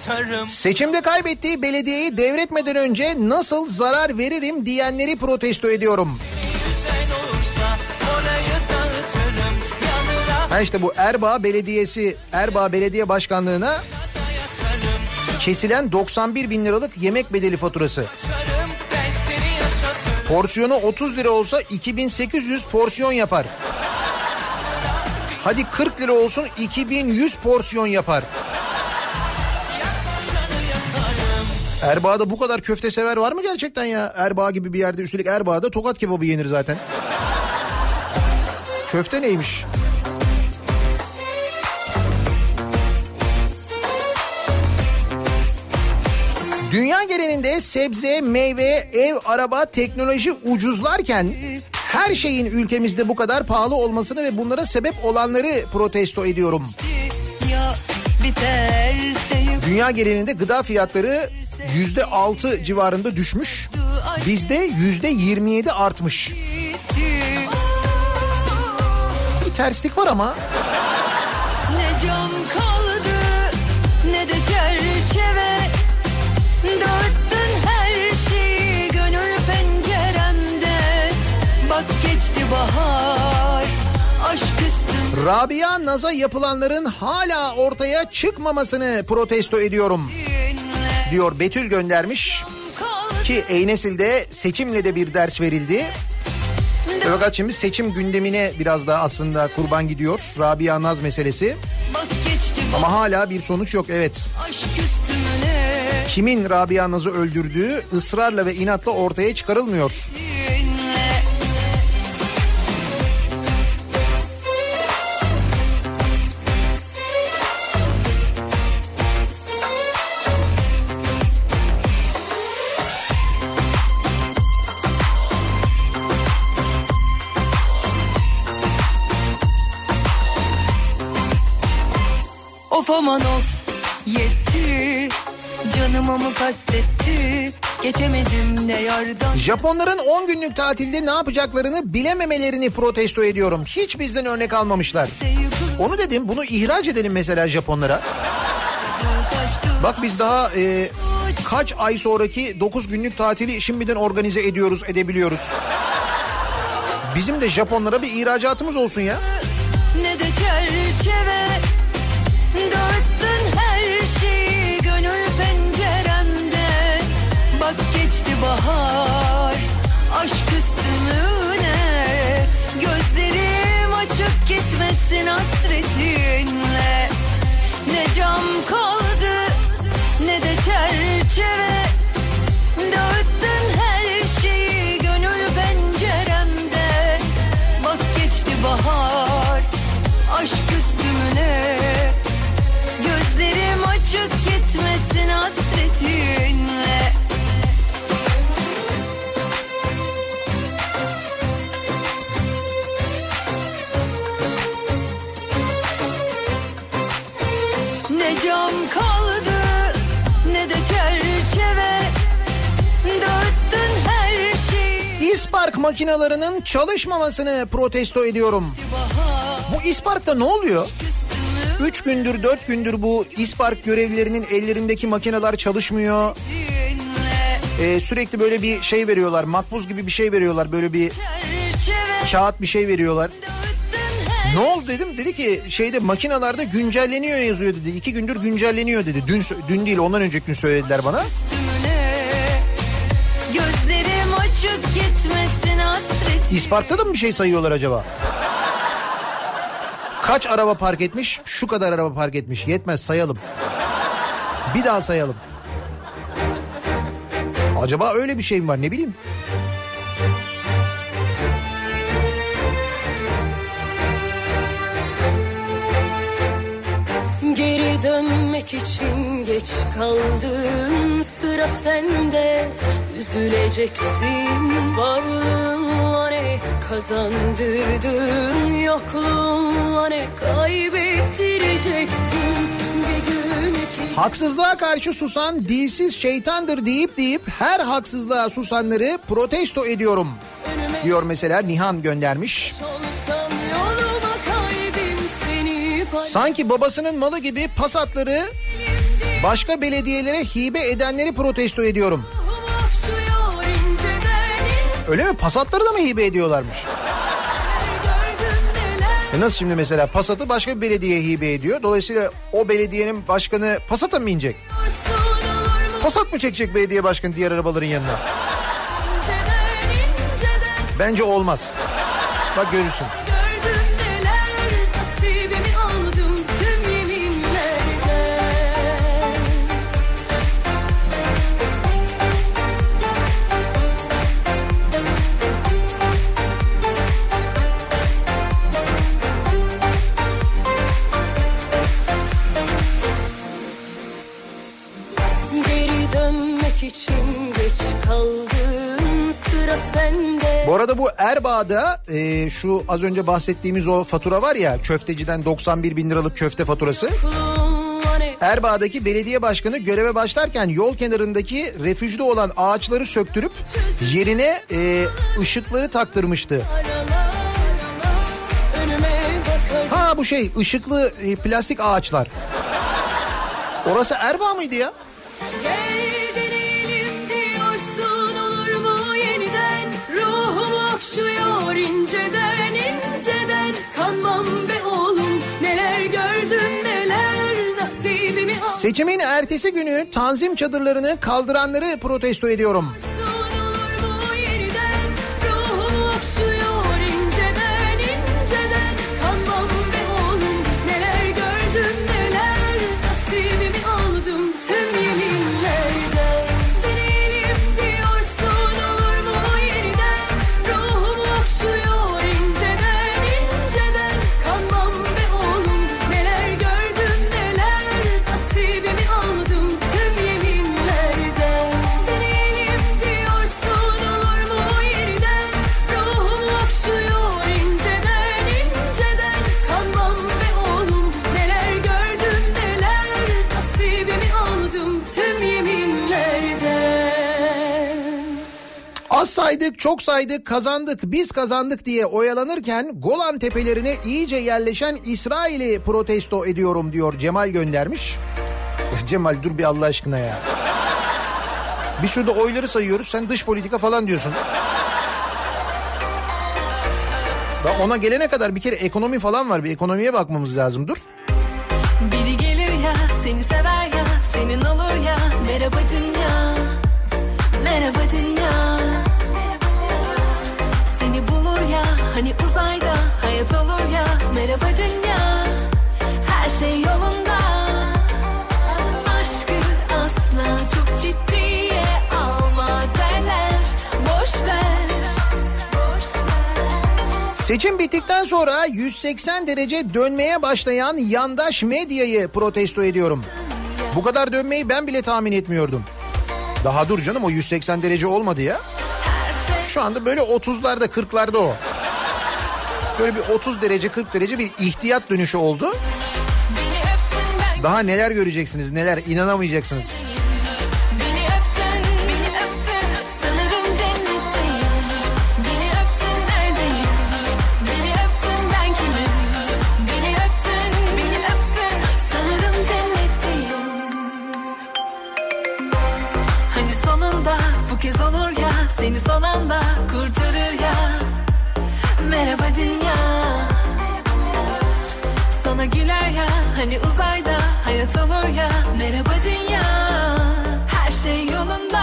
Seçimde kaybettiği belediyeyi devretmeden önce nasıl zarar veririm diyenleri protesto ediyorum. Ha işte bu Erbaa Belediyesi, Erbaa Belediye Başkanlığı'na kesilen doksan bir bin liralık yemek bedeli faturası. Porsiyonu otuz lira olsa iki bin sekiz yüz porsiyon yapar. Hadi kırk lira olsun iki bin yüz porsiyon yapar. Erbaa'da bu kadar köfte sever var mı gerçekten ya? Erbaa gibi bir yerde, üstelik Erbaa'da tokat kebabı yenir zaten. Köfte neymiş? Dünya genelinde sebze, meyve, ev, araba, teknoloji ucuzlarken her şeyin ülkemizde bu kadar pahalı olmasını ve bunlara sebep olanları protesto ediyorum. Dünya genelinde gıda fiyatları yüzde altı civarında düşmüş. Bizde yüzde yirmi yedi artmış. Bir terslik var ama. Ne cam kaldı ne de çerçeve. Dağıttın her şeyi gönül penceremde. Bak geçti bahar, aşk üstüm. Rabia Naz'a yapılanların hala ortaya çıkmamasını protesto ediyorum diyor Betül göndermiş. Ki Eynesil'de seçimle de bir ders verildi. Fakat şimdi seçim gündemine biraz daha aslında kurban gidiyor Rabia Naz meselesi. Ama hala bir sonuç yok, evet. Kimin Rabia Naz'ı öldürdüğü ısrarla ve inatla ortaya çıkarılmıyor. Of aman of yetti, canıma mı kastetti, geçemedim ne yardan. Japonların on günlük tatilde ne yapacaklarını bilememelerini protesto ediyorum. Hiç bizden örnek almamışlar. Onu dedim, bunu ihraç edelim mesela Japonlara. Bak biz daha e, kaç ay sonraki dokuz günlük tatili şimdiden organize ediyoruz, edebiliyoruz. Bizim de Japonlara bir ihracatımız olsun ya. Ne de çerçeve, dağıttın her şeyi gönül penceremde. Bak geçti bahar, aşk üstümüne. Gözlerim açık gitmesin hasretinle. Ne cam kaldı ne de çerçeve. Dağıttın her şeyi gönül penceremde. Bak geçti bahar, aşk üstümüne. Gözlerim açık gitmesin hasretinle. Ne cam kaldı ne de çerçeve. Dağıttın her şeyi. İspark makinalarının çalışmamasını protesto ediyorum. Bu İspark'ta ne oluyor? Üç gündür dört gündür bu İspark görevlilerinin ellerindeki makineler çalışmıyor. Ee, sürekli böyle bir şey veriyorlar, makbuz gibi bir şey veriyorlar, böyle bir kağıt bir şey veriyorlar. Ne oldu dedim, dedi ki şeyde makinalarda güncelleniyor yazıyor dedi. İki gündür güncelleniyor dedi. Dün dün değil ondan önceki gün söylediler bana. Gözlerim açık gitmesin hasret. İspark'ta da mı bir şey sayıyorlar acaba? Kaç araba park etmiş? Şu kadar araba park etmiş. Yetmez, sayalım. Bir daha sayalım. Acaba öyle bir şey mi var, ne bileyim. Geri dönmek için geç kaldın, sıra sende. Üzüleceksin, varlığınla ne kazandırdın, yokluğunla ne kaybettireceksin. Bir gün iki... Haksızlığa karşı susan dilsiz şeytandır deyip deyip her haksızlığa susanları protesto ediyorum diyor mesela Nihan göndermiş. Sanki babasının malı gibi Passat'ları Başka belediyelere hibe edenleri protesto ediyorum. Öyle mi? Passatları da mı hibe ediyorlarmış? E nasıl şimdi mesela Passat'ı başka bir belediye hibe ediyor. Dolayısıyla o belediyenin başkanı Passat'a mı binecek? Passat mı çekecek belediye başkanı diğer arabaların yanına? Bence olmaz. Bak görürsün. Bu arada bu Erbaa'da e, şu az önce bahsettiğimiz o fatura var ya, köfteciden doksan bir bin liralık köfte faturası. Erbaa'daki belediye başkanı göreve başlarken yol kenarındaki refüjde olan ağaçları söktürüp yerine e, ışıkları taktırmıştı. Ha bu şey ışıklı e, plastik ağaçlar. Orası Erbaa mıydı ya? Okşuyor inceden inceden kanmam be oğlum, neler gördüm neler nasibimi al. Seçimin ertesi günü tanzim çadırlarını kaldıranları protesto ediyorum. Az saydık, çok saydık, kazandık, biz kazandık diye oyalanırken Golan tepelerine iyice yerleşen İsrail'i protesto ediyorum diyor, Cemal göndermiş. Ya Cemal dur bir Allah aşkına ya. Biz şurada oyları sayıyoruz, sen dış politika falan diyorsun. Ben ona gelene kadar bir kere ekonomi falan var, bir ekonomiye bakmamız lazım, dur. Biri gelir ya, seni sever ya, senin olur ya, merhaba dünya, merhaba dünya. Seni bulur ya, hani uzayda hayat olur ya, merhaba dünya, her şey yolunda. Aşkı asla çok ciddiye alma derler, boş ver, boş ver. Seçim bittikten sonra yüz seksen derece dönmeye başlayan yandaş medyayı protesto ediyorum. Bu kadar dönmeyi ben bile tahmin etmiyordum. Daha dur canım, o yüz seksen derece olmadı ya. Şu anda böyle otuzlarda kırklarda o. Böyle bir otuz derece kırk derece bir ihtiyat dönüşü oldu. Daha neler göreceksiniz, neler, inanamayacaksınız. Kez olur ya, seni son anda kurtarır ya, merhaba dünya. Sana güler ya, hani uzayda hayat olur ya, merhaba dünya, her şey yolunda.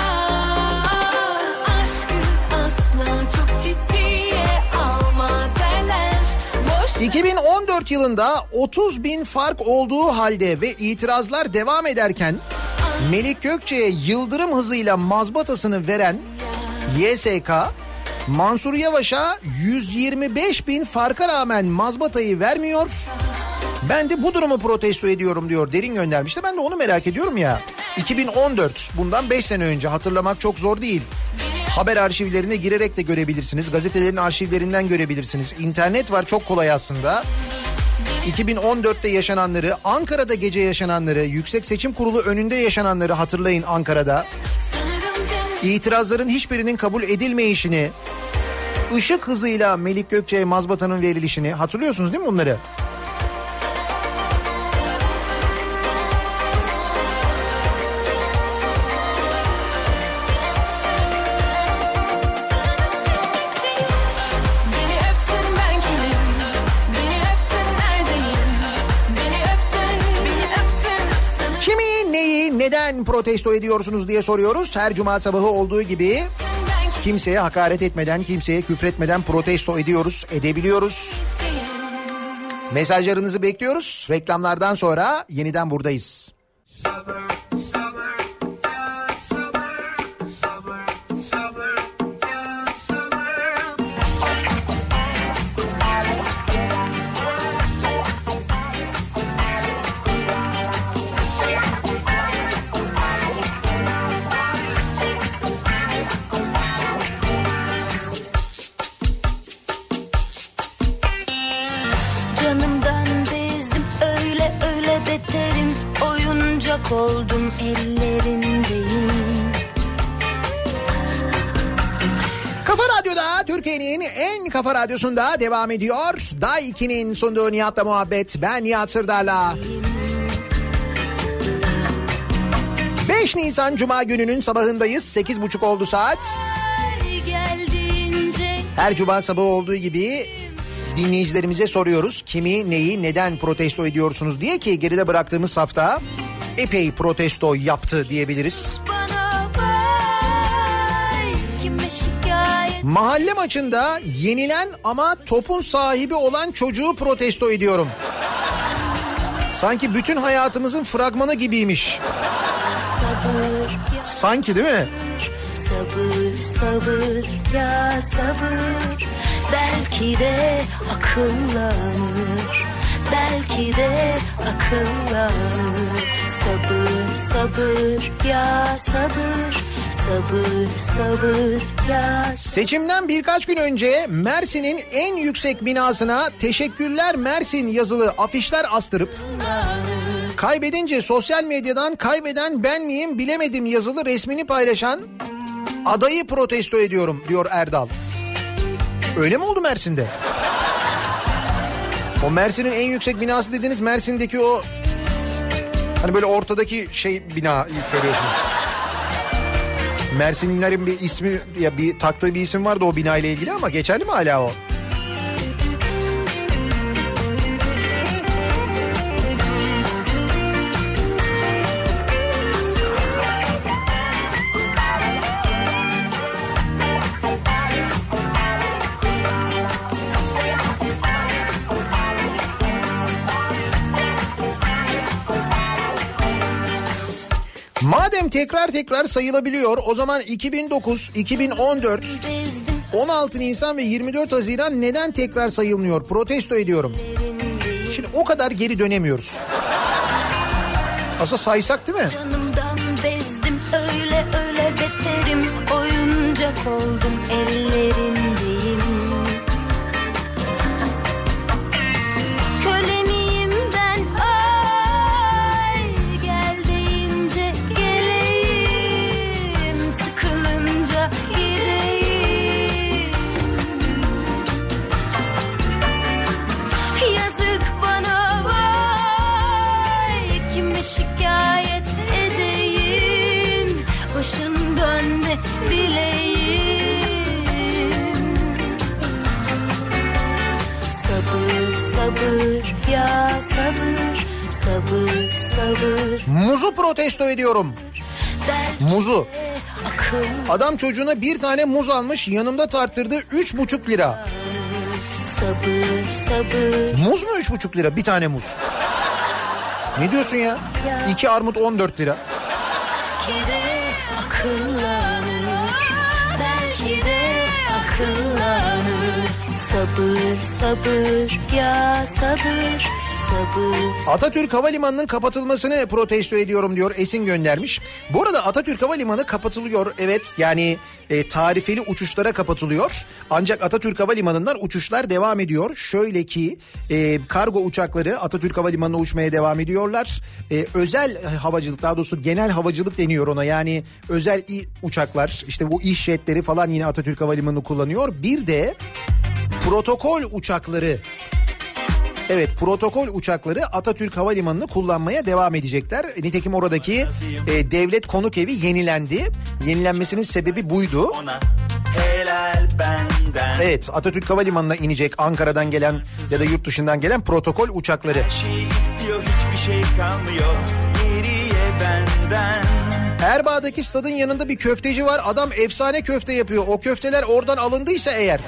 Aşkı asla çok ciddiye alma derler, boş. iki bin on dört yılında otuz bin fark olduğu halde ve itirazlar devam ederken Melik Gökçe'ye yıldırım hızıyla mazbatasını veren Y S K, Mansur Yavaş'a yüz yirmi beş bin farka rağmen mazbatayı vermiyor. Ben de bu durumu protesto ediyorum diyor, Derin göndermişti. Ben de onu merak ediyorum ya. iki bin on dört, bundan beş sene önce, hatırlamak çok zor değil. Haber arşivlerine girerek de görebilirsiniz. Gazetelerin arşivlerinden görebilirsiniz. İnternet var, çok kolay aslında. iki bin on dörtte yaşananları, Ankara'da gece yaşananları, Yüksek Seçim Kurulu önünde yaşananları hatırlayın Ankara'da. İtirazların hiçbirinin kabul edilmeyişini, ışık hızıyla Melik Gökçe'ye mazbatanın verilişini hatırlıyorsunuz değil mi bunları? neyi neden protesto ediyorsunuz diye soruyoruz. Her cuma sabahı olduğu gibi kimseye hakaret etmeden, kimseye küfretmeden protesto ediyoruz, edebiliyoruz. Mesajlarınızı bekliyoruz. Reklamlardan sonra yeniden buradayız. Oldum ellerindeyim. Kafa Radyo'da, Türkiye'nin en kafa radyosunda devam ediyor. Day iki'nin sunduğu Nihat'la muhabbet. Ben Nihat Sırdar'la. beş Nisan Cuma gününün sabahındayız. sekiz buçuk oldu saat. Her Cuma sabahı olduğu gibi dinleyicilerimize soruyoruz. Kimi, neyi, neden protesto ediyorsunuz diye, ki geride bıraktığımız hafta epey protesto yaptı diyebiliriz. Mahalle maçında yenilen ama topun sahibi olan çocuğu protesto ediyorum. Sanki bütün hayatımızın fragmanı gibiymiş. Sabır, sanki değil mi? Sabır, sabır, ya sabır. Belki de akıllanır. Belki de akıllanır. Sabır, sabır, ya sabır. Sabır, sabır, ya sabır. Seçimden birkaç gün önce Mersin'in en yüksek binasına "Teşekkürler Mersin" yazılı afişler astırıp kaybedince sosyal medyadan "kaybeden ben miyim bilemedim" yazılı resmini paylaşan adayı protesto ediyorum diyor Erdal. Öyle mi oldu Mersin'de? O Mersin'in en yüksek binası dediğiniz Mersin'deki o hani böyle ortadaki şey bina söylüyorsunuz. Mersinlilerin bir ismi, ya bir taktığı bir isim vardı o binayla ilgili, ama geçerli mi hala o? Madem tekrar tekrar sayılabiliyor, o zaman iki bin dokuz, iki bin on dört, on altı Nisan ve yirmi dört Haziran neden tekrar sayılmıyor? Protesto ediyorum. Şimdi o kadar geri dönemiyoruz. Aslında saysak değil mi? Canımdan bezdim, öyle öyle beterim. Oyuncak oldum ellerindeyim. Köle miyim ben? Ay gel deyince geleyim, sıkılınca gideyim. Yazık bana vay, kime şikayet edeyim, başından ne bileyim. Sabır sabır ya sabır, sabır sabır. Muzu protesto ediyorum. Muzu. Adam çocuğuna bir tane muz almış, yanımda tarttırdı üç buçuk lira. Sabır sabır. Muz mu üç buçuk lira? Bir tane muz. Ne diyorsun ya? İki armut on dört lira. Belki de akıllanır, belki de akıllanır. Sabır sabır ya sabır, sabır. Atatürk Havalimanı'nın kapatılmasını protesto ediyorum diyor, Esin göndermiş. Bu arada Atatürk Havalimanı kapatılıyor, evet, yani e, tarifeli uçuşlara kapatılıyor. Ancak Atatürk Havalimanı'ndan uçuşlar devam ediyor. Şöyle ki e, kargo uçakları Atatürk Havalimanı'na uçmaya devam ediyorlar. E, özel havacılık, daha doğrusu genel havacılık deniyor ona, yani özel uçaklar, işte bu iş jetleri falan yine Atatürk Havalimanı'nı kullanıyor. Bir de protokol uçakları. Evet, protokol uçakları Atatürk Havalimanı'nı kullanmaya devam edecekler. Nitekim oradaki e, devlet konuk evi yenilendi. Yenilenmesinin sebebi buydu. Evet, Atatürk Havalimanı'na inecek Ankara'dan gelen ya da yurt dışından gelen protokol uçakları. Her şey istiyor, hiçbir şey kalmıyor geriye benden. Erbaa'daki stadın yanında bir köfteci var. Adam efsane köfte yapıyor. O köfteler oradan alındıysa eğer.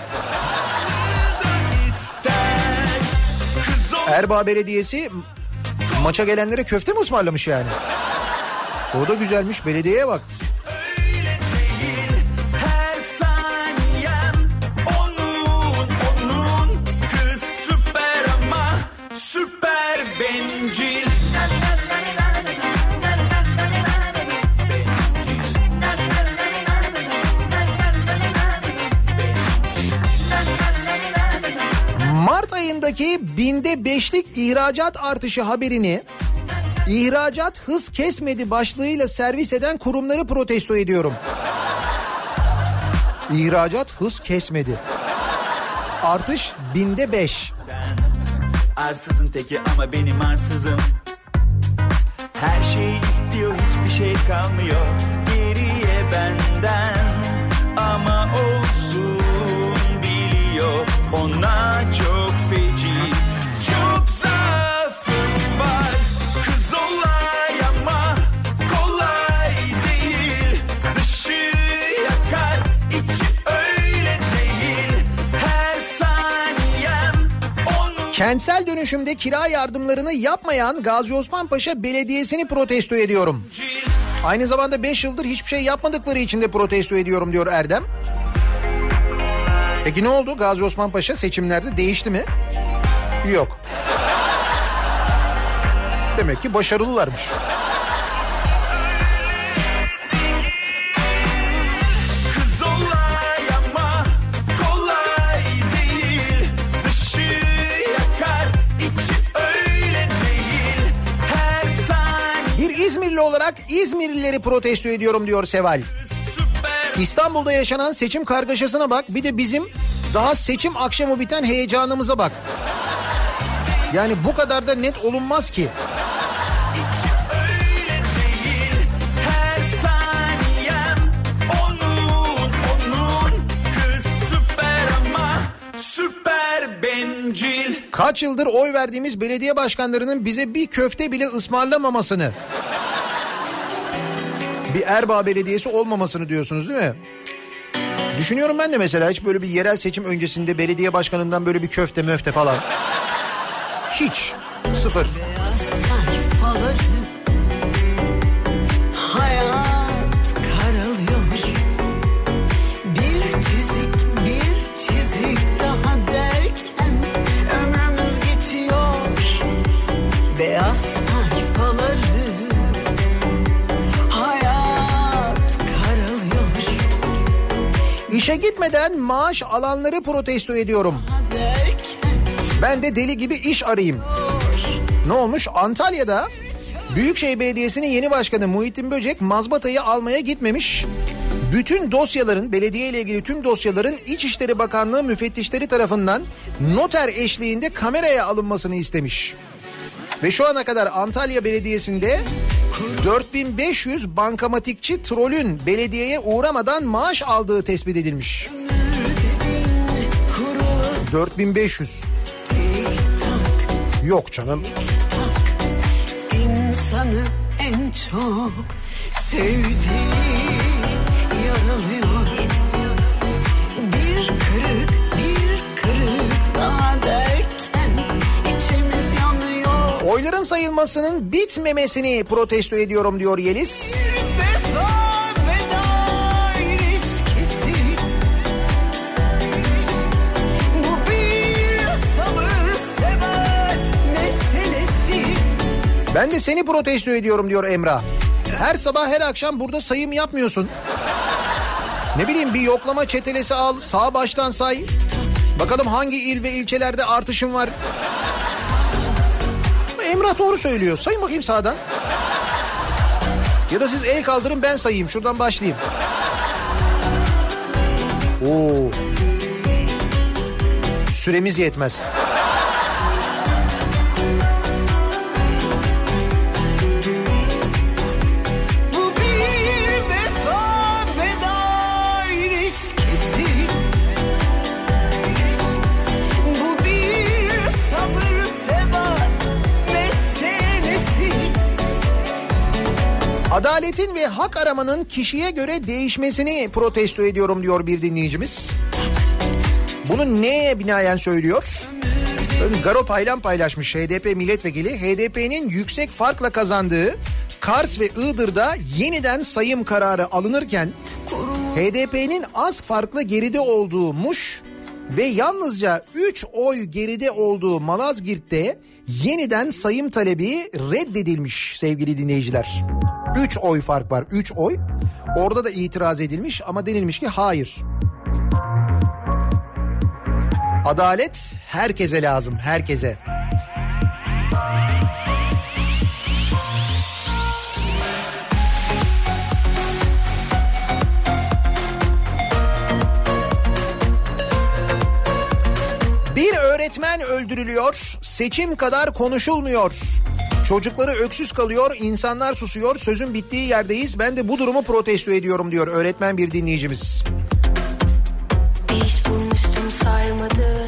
Erbaa Belediyesi maça gelenlere köfte mi ısmarlamış yani? O da güzelmiş, belediyeye bak. Mart ayındaki binde beşlik ihracat artışı haberini ihracat hız kesmedi başlığıyla servis eden kurumları protesto ediyorum. İhracat hız kesmedi. Artış binde beş. Arsızın teki ama benim arsızım. Her şeyi istiyor, hiçbir şey kalmıyor geriye benden. Ama olsun biliyor, ona çok feci. Çok zaafım var, kız olay ama kolay değil. Dışı yakar, içi öyle değil. Her saniyem onu... Kentsel dönüşümde kira yardımlarını yapmayan Gazi Osman Paşa Belediyesi'ni protesto ediyorum. Aynı zamanda beş yıldır hiçbir şey yapmadıkları için de protesto ediyorum diyor Erdem. Peki ne oldu? Gazi Osman Paşa seçimlerde değişti mi? Yok. Demek ki başarılılarmış. Kız olay ama kolay değil. Dışı yakar, içi öyle değil. Her saniye... Bir İzmirli olarak İzmirlileri protesto ediyorum diyor Seval. İstanbul'da yaşanan seçim kargaşasına bak, bir de bizim daha seçim akşamı biten heyecanımıza bak. Yani bu kadar da net olunmaz ki. Her saniyem onun, onun. Kız süper ama süper bencil. Kaç yıldır oy verdiğimiz belediye başkanlarının bize bir köfte bile ısmarlamamasını, bir Erbaa Belediyesi olmamasını diyorsunuz değil mi? Düşünüyorum ben de mesela, hiç böyle bir yerel seçim öncesinde belediye başkanından böyle bir köfte möfte falan. Hiç. Sıfır. Hayat karalıyor. Bir çizik, bir çizik daha derken ömrümüz geçiyor. Beyaz sayfaları. İşe gitmeden maaş alanları protesto ediyorum. Ben de deli gibi iş arayayım. Ne olmuş? Antalya'da Büyükşehir Belediyesi'nin yeni başkanı Muhittin Böcek mazbatayı almaya gitmemiş. Bütün dosyaların, belediye ile ilgili tüm dosyaların İçişleri Bakanlığı müfettişleri tarafından noter eşliğinde kameraya alınmasını istemiş. Ve şu ana kadar Antalya Belediyesi'nde dört bin beş yüz bankamatikçi trolün belediyeye uğramadan maaş aldığı tespit edilmiş. dört bin beş yüz. Yok canım. İnsanı en çok sevdiği yaralıyor. Bir kırık, bir kırık daha derken içimiz yanıyor. Oyların sayılmasının bitmemesini protesto ediyorum diyor Yeliz. Ben de seni protesto ediyorum diyor Emrah. Her sabah her akşam burada sayım yapmıyorsun. Ne bileyim, bir yoklama çetelesi al, sağ baştan say. Bakalım hangi il ve ilçelerde artışın var. Emrah doğru söylüyor. Sayın bakayım sağdan. Ya da siz el kaldırın, ben sayayım. Şuradan başlayayım. Oo. Süremiz yetmez. Adaletin ve hak aramanın kişiye göre değişmesini protesto ediyorum diyor bir dinleyicimiz. Bunu neye binaen söylüyor? Garo Paylan paylaşmış, H D P milletvekili. H D P'nin yüksek farkla kazandığı Kars ve Iğdır'da yeniden sayım kararı alınırken H D P'nin az farklı geride olduğu Muş ve yalnızca üç oy geride olduğu Malazgirt'te yeniden sayım talebi reddedilmiş sevgili dinleyiciler. üç oy fark var, üç oy. Orada da itiraz edilmiş ama denilmiş ki hayır. Adalet herkese lazım, herkese. Bir öğretmen öldürülüyor, seçim kadar konuşulmuyor. Çocukları öksüz kalıyor, insanlar susuyor, sözün bittiği yerdeyiz. Ben de bu durumu protesto ediyorum diyor öğretmen bir dinleyicimiz. Bir iş bulmuştum sarmadı.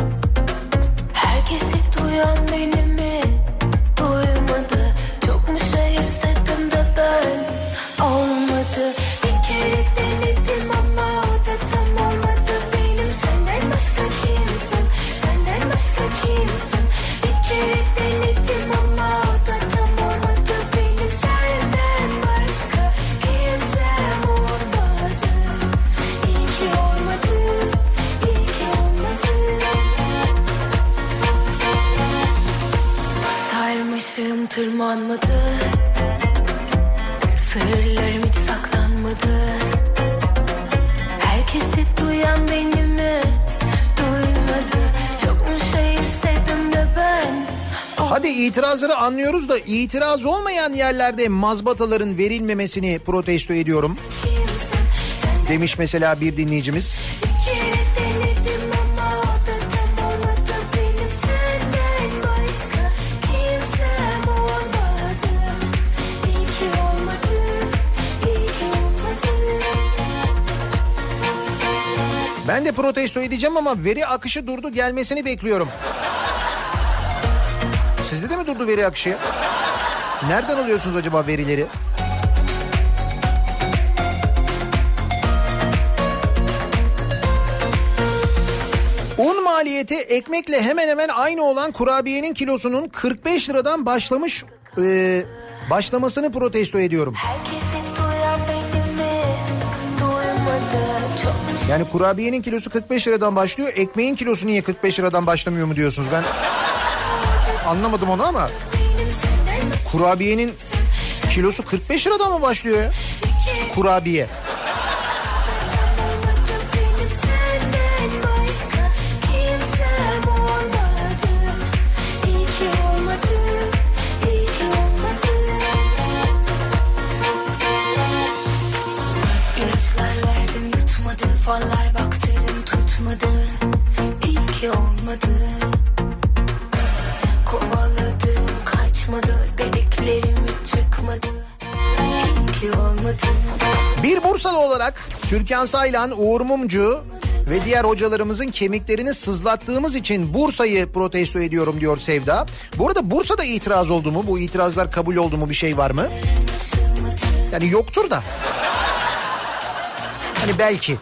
Herkesi duyan beni mi duymadı? Çok mu şey istedim de ben olmadı. Bir kere denedim ama o da tam olmadı. Benim senden başka kimsin? Senden başka kimsin? Bir kere denedim ama o da tam olmadı. Benim senden başka kimsem olmadı. İyi ki olmadı. İyi ki olmadı. Sarmışım tırmanmadı. Sırlarım hiç saklanmadı. Herkesi duyan beni mi duymadı? Çok mu şey istedim de ben. Hadi itirazları anlıyoruz da itiraz olmayan yerlerde mazbataların verilmemesini protesto ediyorum. Demiş mesela bir dinleyicimiz. Ben de protesto edeceğim ama veri akışı durdu, gelmesini bekliyorum. Sizde de mi durdu veri akışı? Nereden alıyorsunuz acaba verileri? Un maliyeti ekmekle hemen hemen aynı olan kurabiyenin kilosunun kırk beş liradan başlamış e, başlamasını protesto ediyorum. Yani kurabiyenin kilosu kırk beş liradan başlıyor. Ekmeğin kilosu niye kırk beş liradan başlamıyor mu diyorsunuz? Ben anlamadım onu ama kurabiyenin kilosu kırk beş liradan mı başlıyor ya? Kurabiye. Fallar baktırdım tutmadı. İyi ki olmadı. Kovaladım kaçmadı. Dediklerim hiç çıkmadı. İyi ki olmadı. Bir Bursalı olarak Türkan Saylan, Uğur Mumcu ve diğer hocalarımızın kemiklerini sızlattığımız için Bursa'yı protesto ediyorum diyor Sevda. Bu arada Bursa'da itiraz oldu mu? Bu itirazlar kabul oldu mu? Bir şey var mı? Yani yoktur da. Hani belki.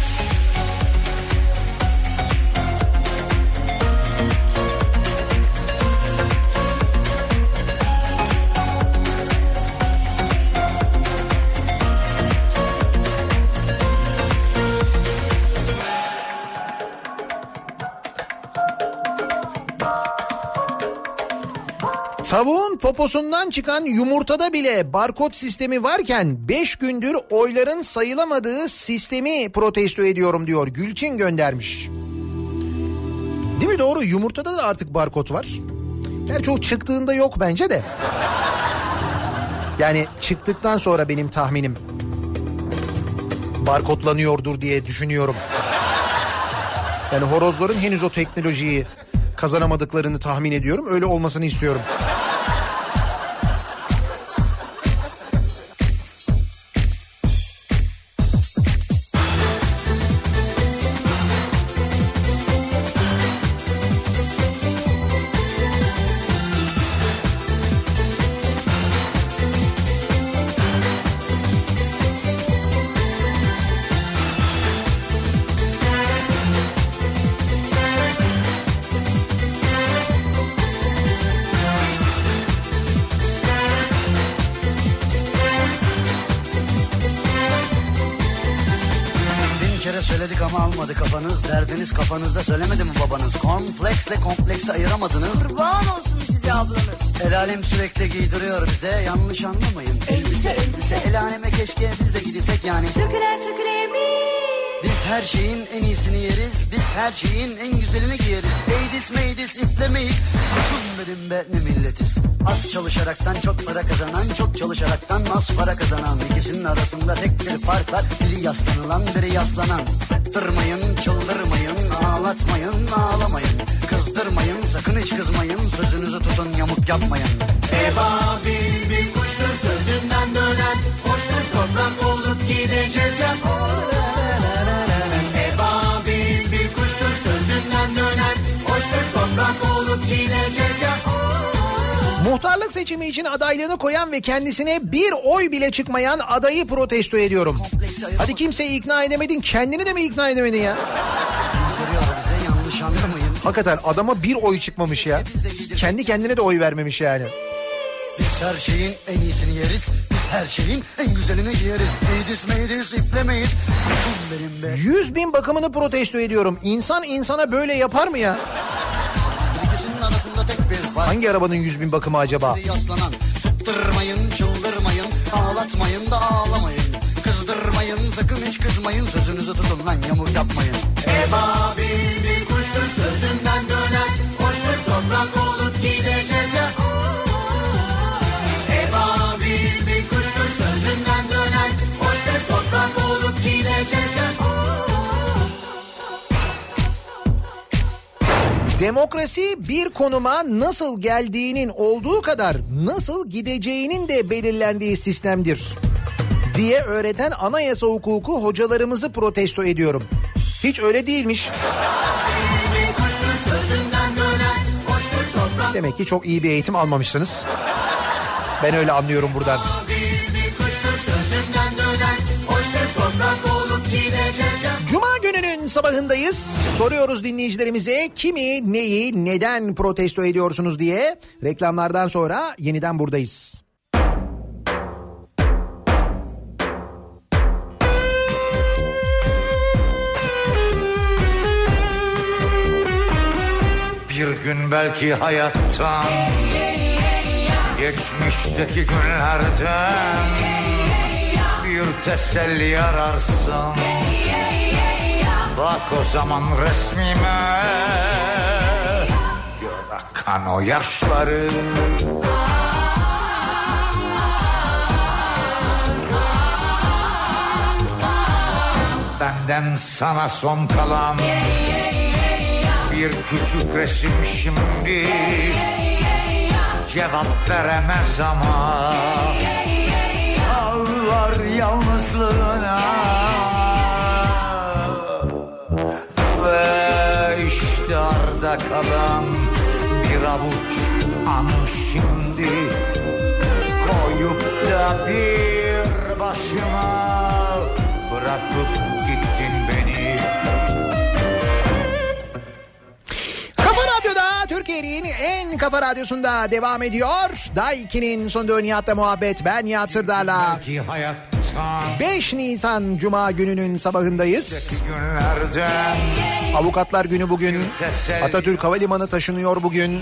Tavuğun poposundan çıkan yumurtada bile barkod sistemi varken beş gündür oyların sayılamadığı sistemi protesto ediyorum diyor. Gülçin göndermiş. Değil mi, doğru, yumurtada da artık barkod var. Gerçi o çıktığında yok bence de. Yani çıktıktan sonra benim tahminim barkodlanıyordur diye düşünüyorum. Yani horozların henüz o teknolojiyi kazanamadıklarını tahmin ediyorum. Öyle olmasını istiyorum. kere söyledik ama almadı kafanız. Derdiniz kafanızda, söylemedi mi babanız? Kornflexle kompleksi ayıramadınız. Kurban olsun size ablanız. El alem sürekli giydiriyor bize, yanlış anlamayın. Elbise elbise, el aleme keşke biz de gidesek yani. Tüküre tüküre mi? Biz her şeyin en iyisini yeriz, biz her şeyin en güzelini giyeriz. Eydis meydis iplemeyiz, kuşum benim be ne milletiz. Az çalışaraktan çok para kazanan, çok çalışaraktan az para kazanan. İkisinin arasında tek bir fark var, biri yaslanılan biri yaslanan. Tırmayın, çıldırmayın, ağlatmayın, ağlamayın. Kızdırmayın, sakın hiç kızmayın, sözünüzü tutun, yamuk yapmayın. Ebabil bir kuştur sözünden dönen, hoştur toprak olup gideceğiz ya. Ebabil bir kuştur sözünden dönen, hoştur toprak olup gideceğiz ya. Muhtarlık seçimi için adaylığını koyan ve kendisine bir oy bile çıkmayan adayı protesto ediyorum. Hadi kimseyi ikna edemedin, kendini de mi ikna edemedin ya? Hakikaten adama bir oy çıkmamış ya. Kendi kendine de oy vermemiş yani. Biz her şeyin en iyisini yeriz, biz her şeyin en güzelini giyeriz. Eydis meydis iplemeyiz, kuşum benim be. Yüz bin bakımını protesto ediyorum. İnsan insana böyle yapar mı ya? İkisinin arasında tek bir fark. Hangi arabanın yüz bin bakımı acaba? Yaslanan, tutturmayın, çıldırmayın, ağlatmayın da ağlamayın. Kızdırmayın, sakın hiç kızmayın, sözünüzü tutun lan, yamuk yapmayın. Ebabil bir kuştur sözünden dönen, hoştur toprak olup gideceğiz ya. Ebabil bir kuştur sözünden dönen, hoştur toprak olup gideceğiz ya. Demokrasi bir konuma nasıl geldiğinin olduğu kadar nasıl gideceğinin de belirlendiği sistemdir diye öğreten anayasa hukuku hocalarımızı protesto ediyorum. Hiç öyle değilmiş. Demek ki çok iyi bir eğitim almamışsınız. Ben öyle anlıyorum buradan. Cuma gününün sabahındayız. Soruyoruz dinleyicilerimize kimi, neyi, neden protesto ediyorsunuz diye. Reklamlardan sonra yeniden buradayız. Bir gün belki hayattan, geçmişteki günlerden bir teselli ararsın. Bak o zaman resmime, gör akan o yaşları. Benden sana son kalan bir küçük resim şimdi, cevap veremez ama ağlar yalnızlığına. Ve işte arda kalan bir avuç an şimdi, koyup da bir başıma bırakıp gittin beni. Türkiye'nin en kafa radyosunda devam ediyor. Daiki'nin sonunda Nihat'la muhabbet. Ben Nihat Sırdar'la. beş Nisan Cuma gününün sabahındayız. Avukatlar Günü bugün. Atatürk Havalimanı taşınıyor bugün.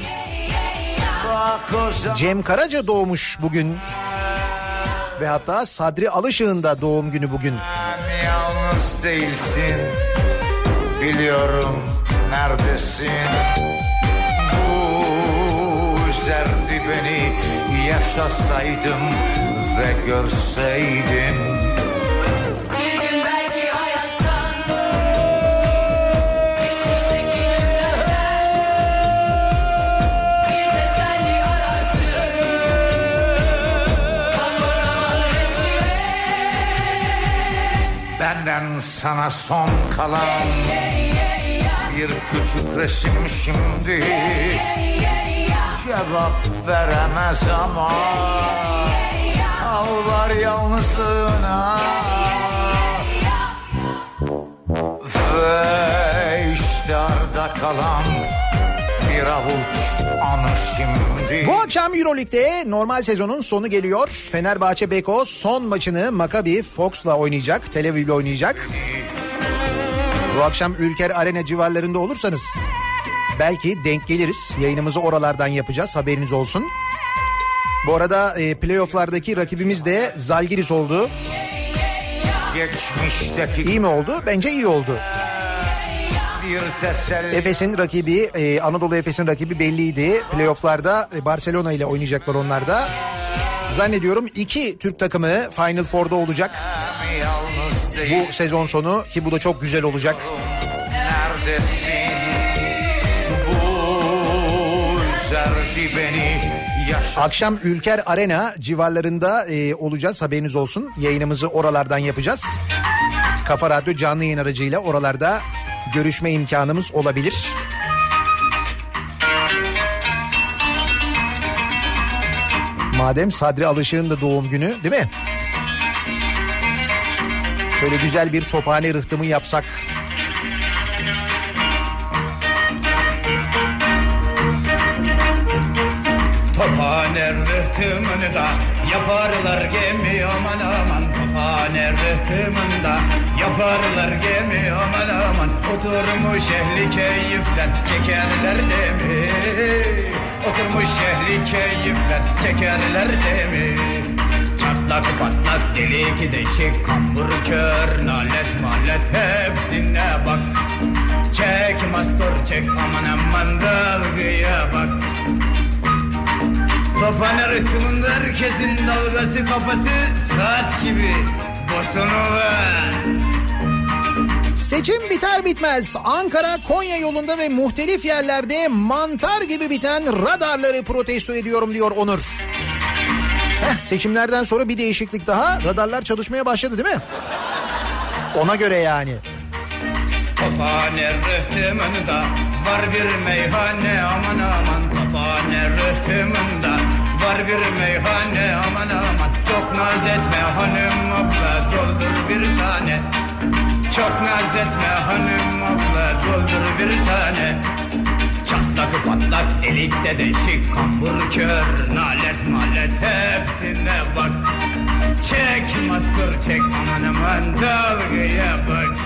Cem Karaca doğmuş bugün. Ve hatta Sadri Alışık'ın da doğum günü bugün. Yalnız değilsin, biliyorum neredesin. Üzerdi beni, yaşasaydım ve görseydim. Bir gün belki hayattan, geçmişteki günlerden bir teselli ararsın. Bak o zaman resmime, benden sana son kalan bir küçük resim şimdi, cevap veremez ama ağlar yalnızlığına. Ve işte arda kalan bir avuç anı şimdi. Bu akşam Euroleague'de normal sezonun sonu geliyor. Fenerbahçe Beko son maçını Maccabi Fox'la oynayacak, Tel Aviv'le oynayacak. Bu akşam Ülker Arena civarlarında olursanız belki denk geliriz. Yayınımızı oralardan yapacağız, haberiniz olsun. Bu arada e, playofflardaki rakibimiz de Zalgiris oldu. Geçmişteki... İyi mi oldu? Bence iyi oldu. Efes'in rakibi, e, Anadolu Efes'in rakibi belliydi. Playoff'larda e, Barcelona ile oynayacaklar onlar da. Zannediyorum iki Türk takımı Final Four'da olacak. Bu sezon sonu, ki bu da çok güzel olacak. Neredesin? Bu üzerdi beni. Akşam Ülker Arena civarlarında e, olacağız, haberiniz olsun. Yayınımızı oralardan yapacağız. Kafa Radyo canlı yayın aracıyla oralarda görüşme imkanımız olabilir. Madem Sadri Alışık'ın da doğum günü, değil mi? Şöyle güzel bir tophane rıhtımı yapsak. Tophane rıhtımında yaparlar gemi aman aman. Tophane rıhtımında yaparlar gemi aman aman. Oturmuş ehli keyifler çekerler demi. Oturmuş ehli keyifler çekerler demi. Çatlak patlak delik deşik kambur kör nalet malet hepsine bak. Çek mastur çek aman aman dalgaya bak. Tophane rıhtımında herkesin dalgası kafası saat gibi bosanova. Seçim biter bitmez Ankara Konya yolunda ve muhtelif yerlerde mantar gibi biten radarları protesto ediyorum diyor Onur. Heh, seçimlerden sonra bir değişiklik daha, radarlar çalışmaya başladı değil mi? Ona göre yani. Tophane rıhtımında var bir meyhane aman aman. Tophane rıhtımında var bir meyhane aman aman. Çok naz etme hanım abla doldur bir tane. Çok naz etme hanım abla doldur bir tane. Çatlak patlak delikte deşik kambur kör nalet malet hepsine bak. Çek mastur çek aman aman dalgaya bak.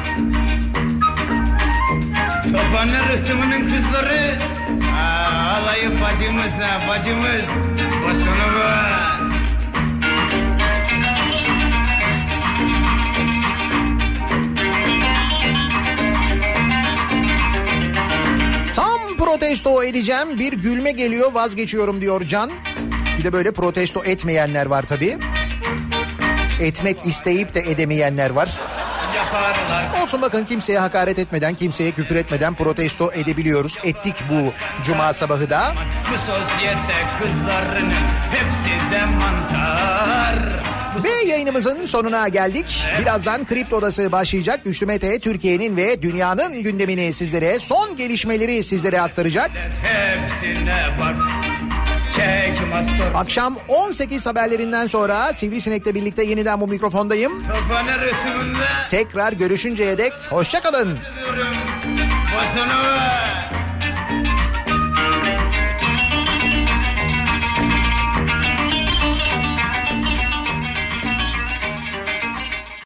Tophane rıhtımının kızları aa, alayı bacımız ha bacımız boşuna bak. Tam protesto edeceğim, bir gülme geliyor, vazgeçiyorum diyor Can. Bir de böyle protesto etmeyenler var tabii. Etmek isteyip de edemeyenler var. Olsun, bakın kimseye hakaret etmeden, kimseye küfür etmeden protesto edebiliyoruz. Ettik bu cuma sabahı da. Bu sosyete kızlarının hepsi de mantar. Ve yayınımızın sonuna geldik. Birazdan Kripto Odası başlayacak. Güçlü Mete Türkiye'nin ve dünyanın gündemini sizlere, son gelişmeleri sizlere aktaracak. Hepsine bak. Akşam on sekiz haberlerinden sonra Sivrisinek'le birlikte yeniden bu mikrofondayım. Tekrar görüşünceye dek hoşça kalın. Boşuna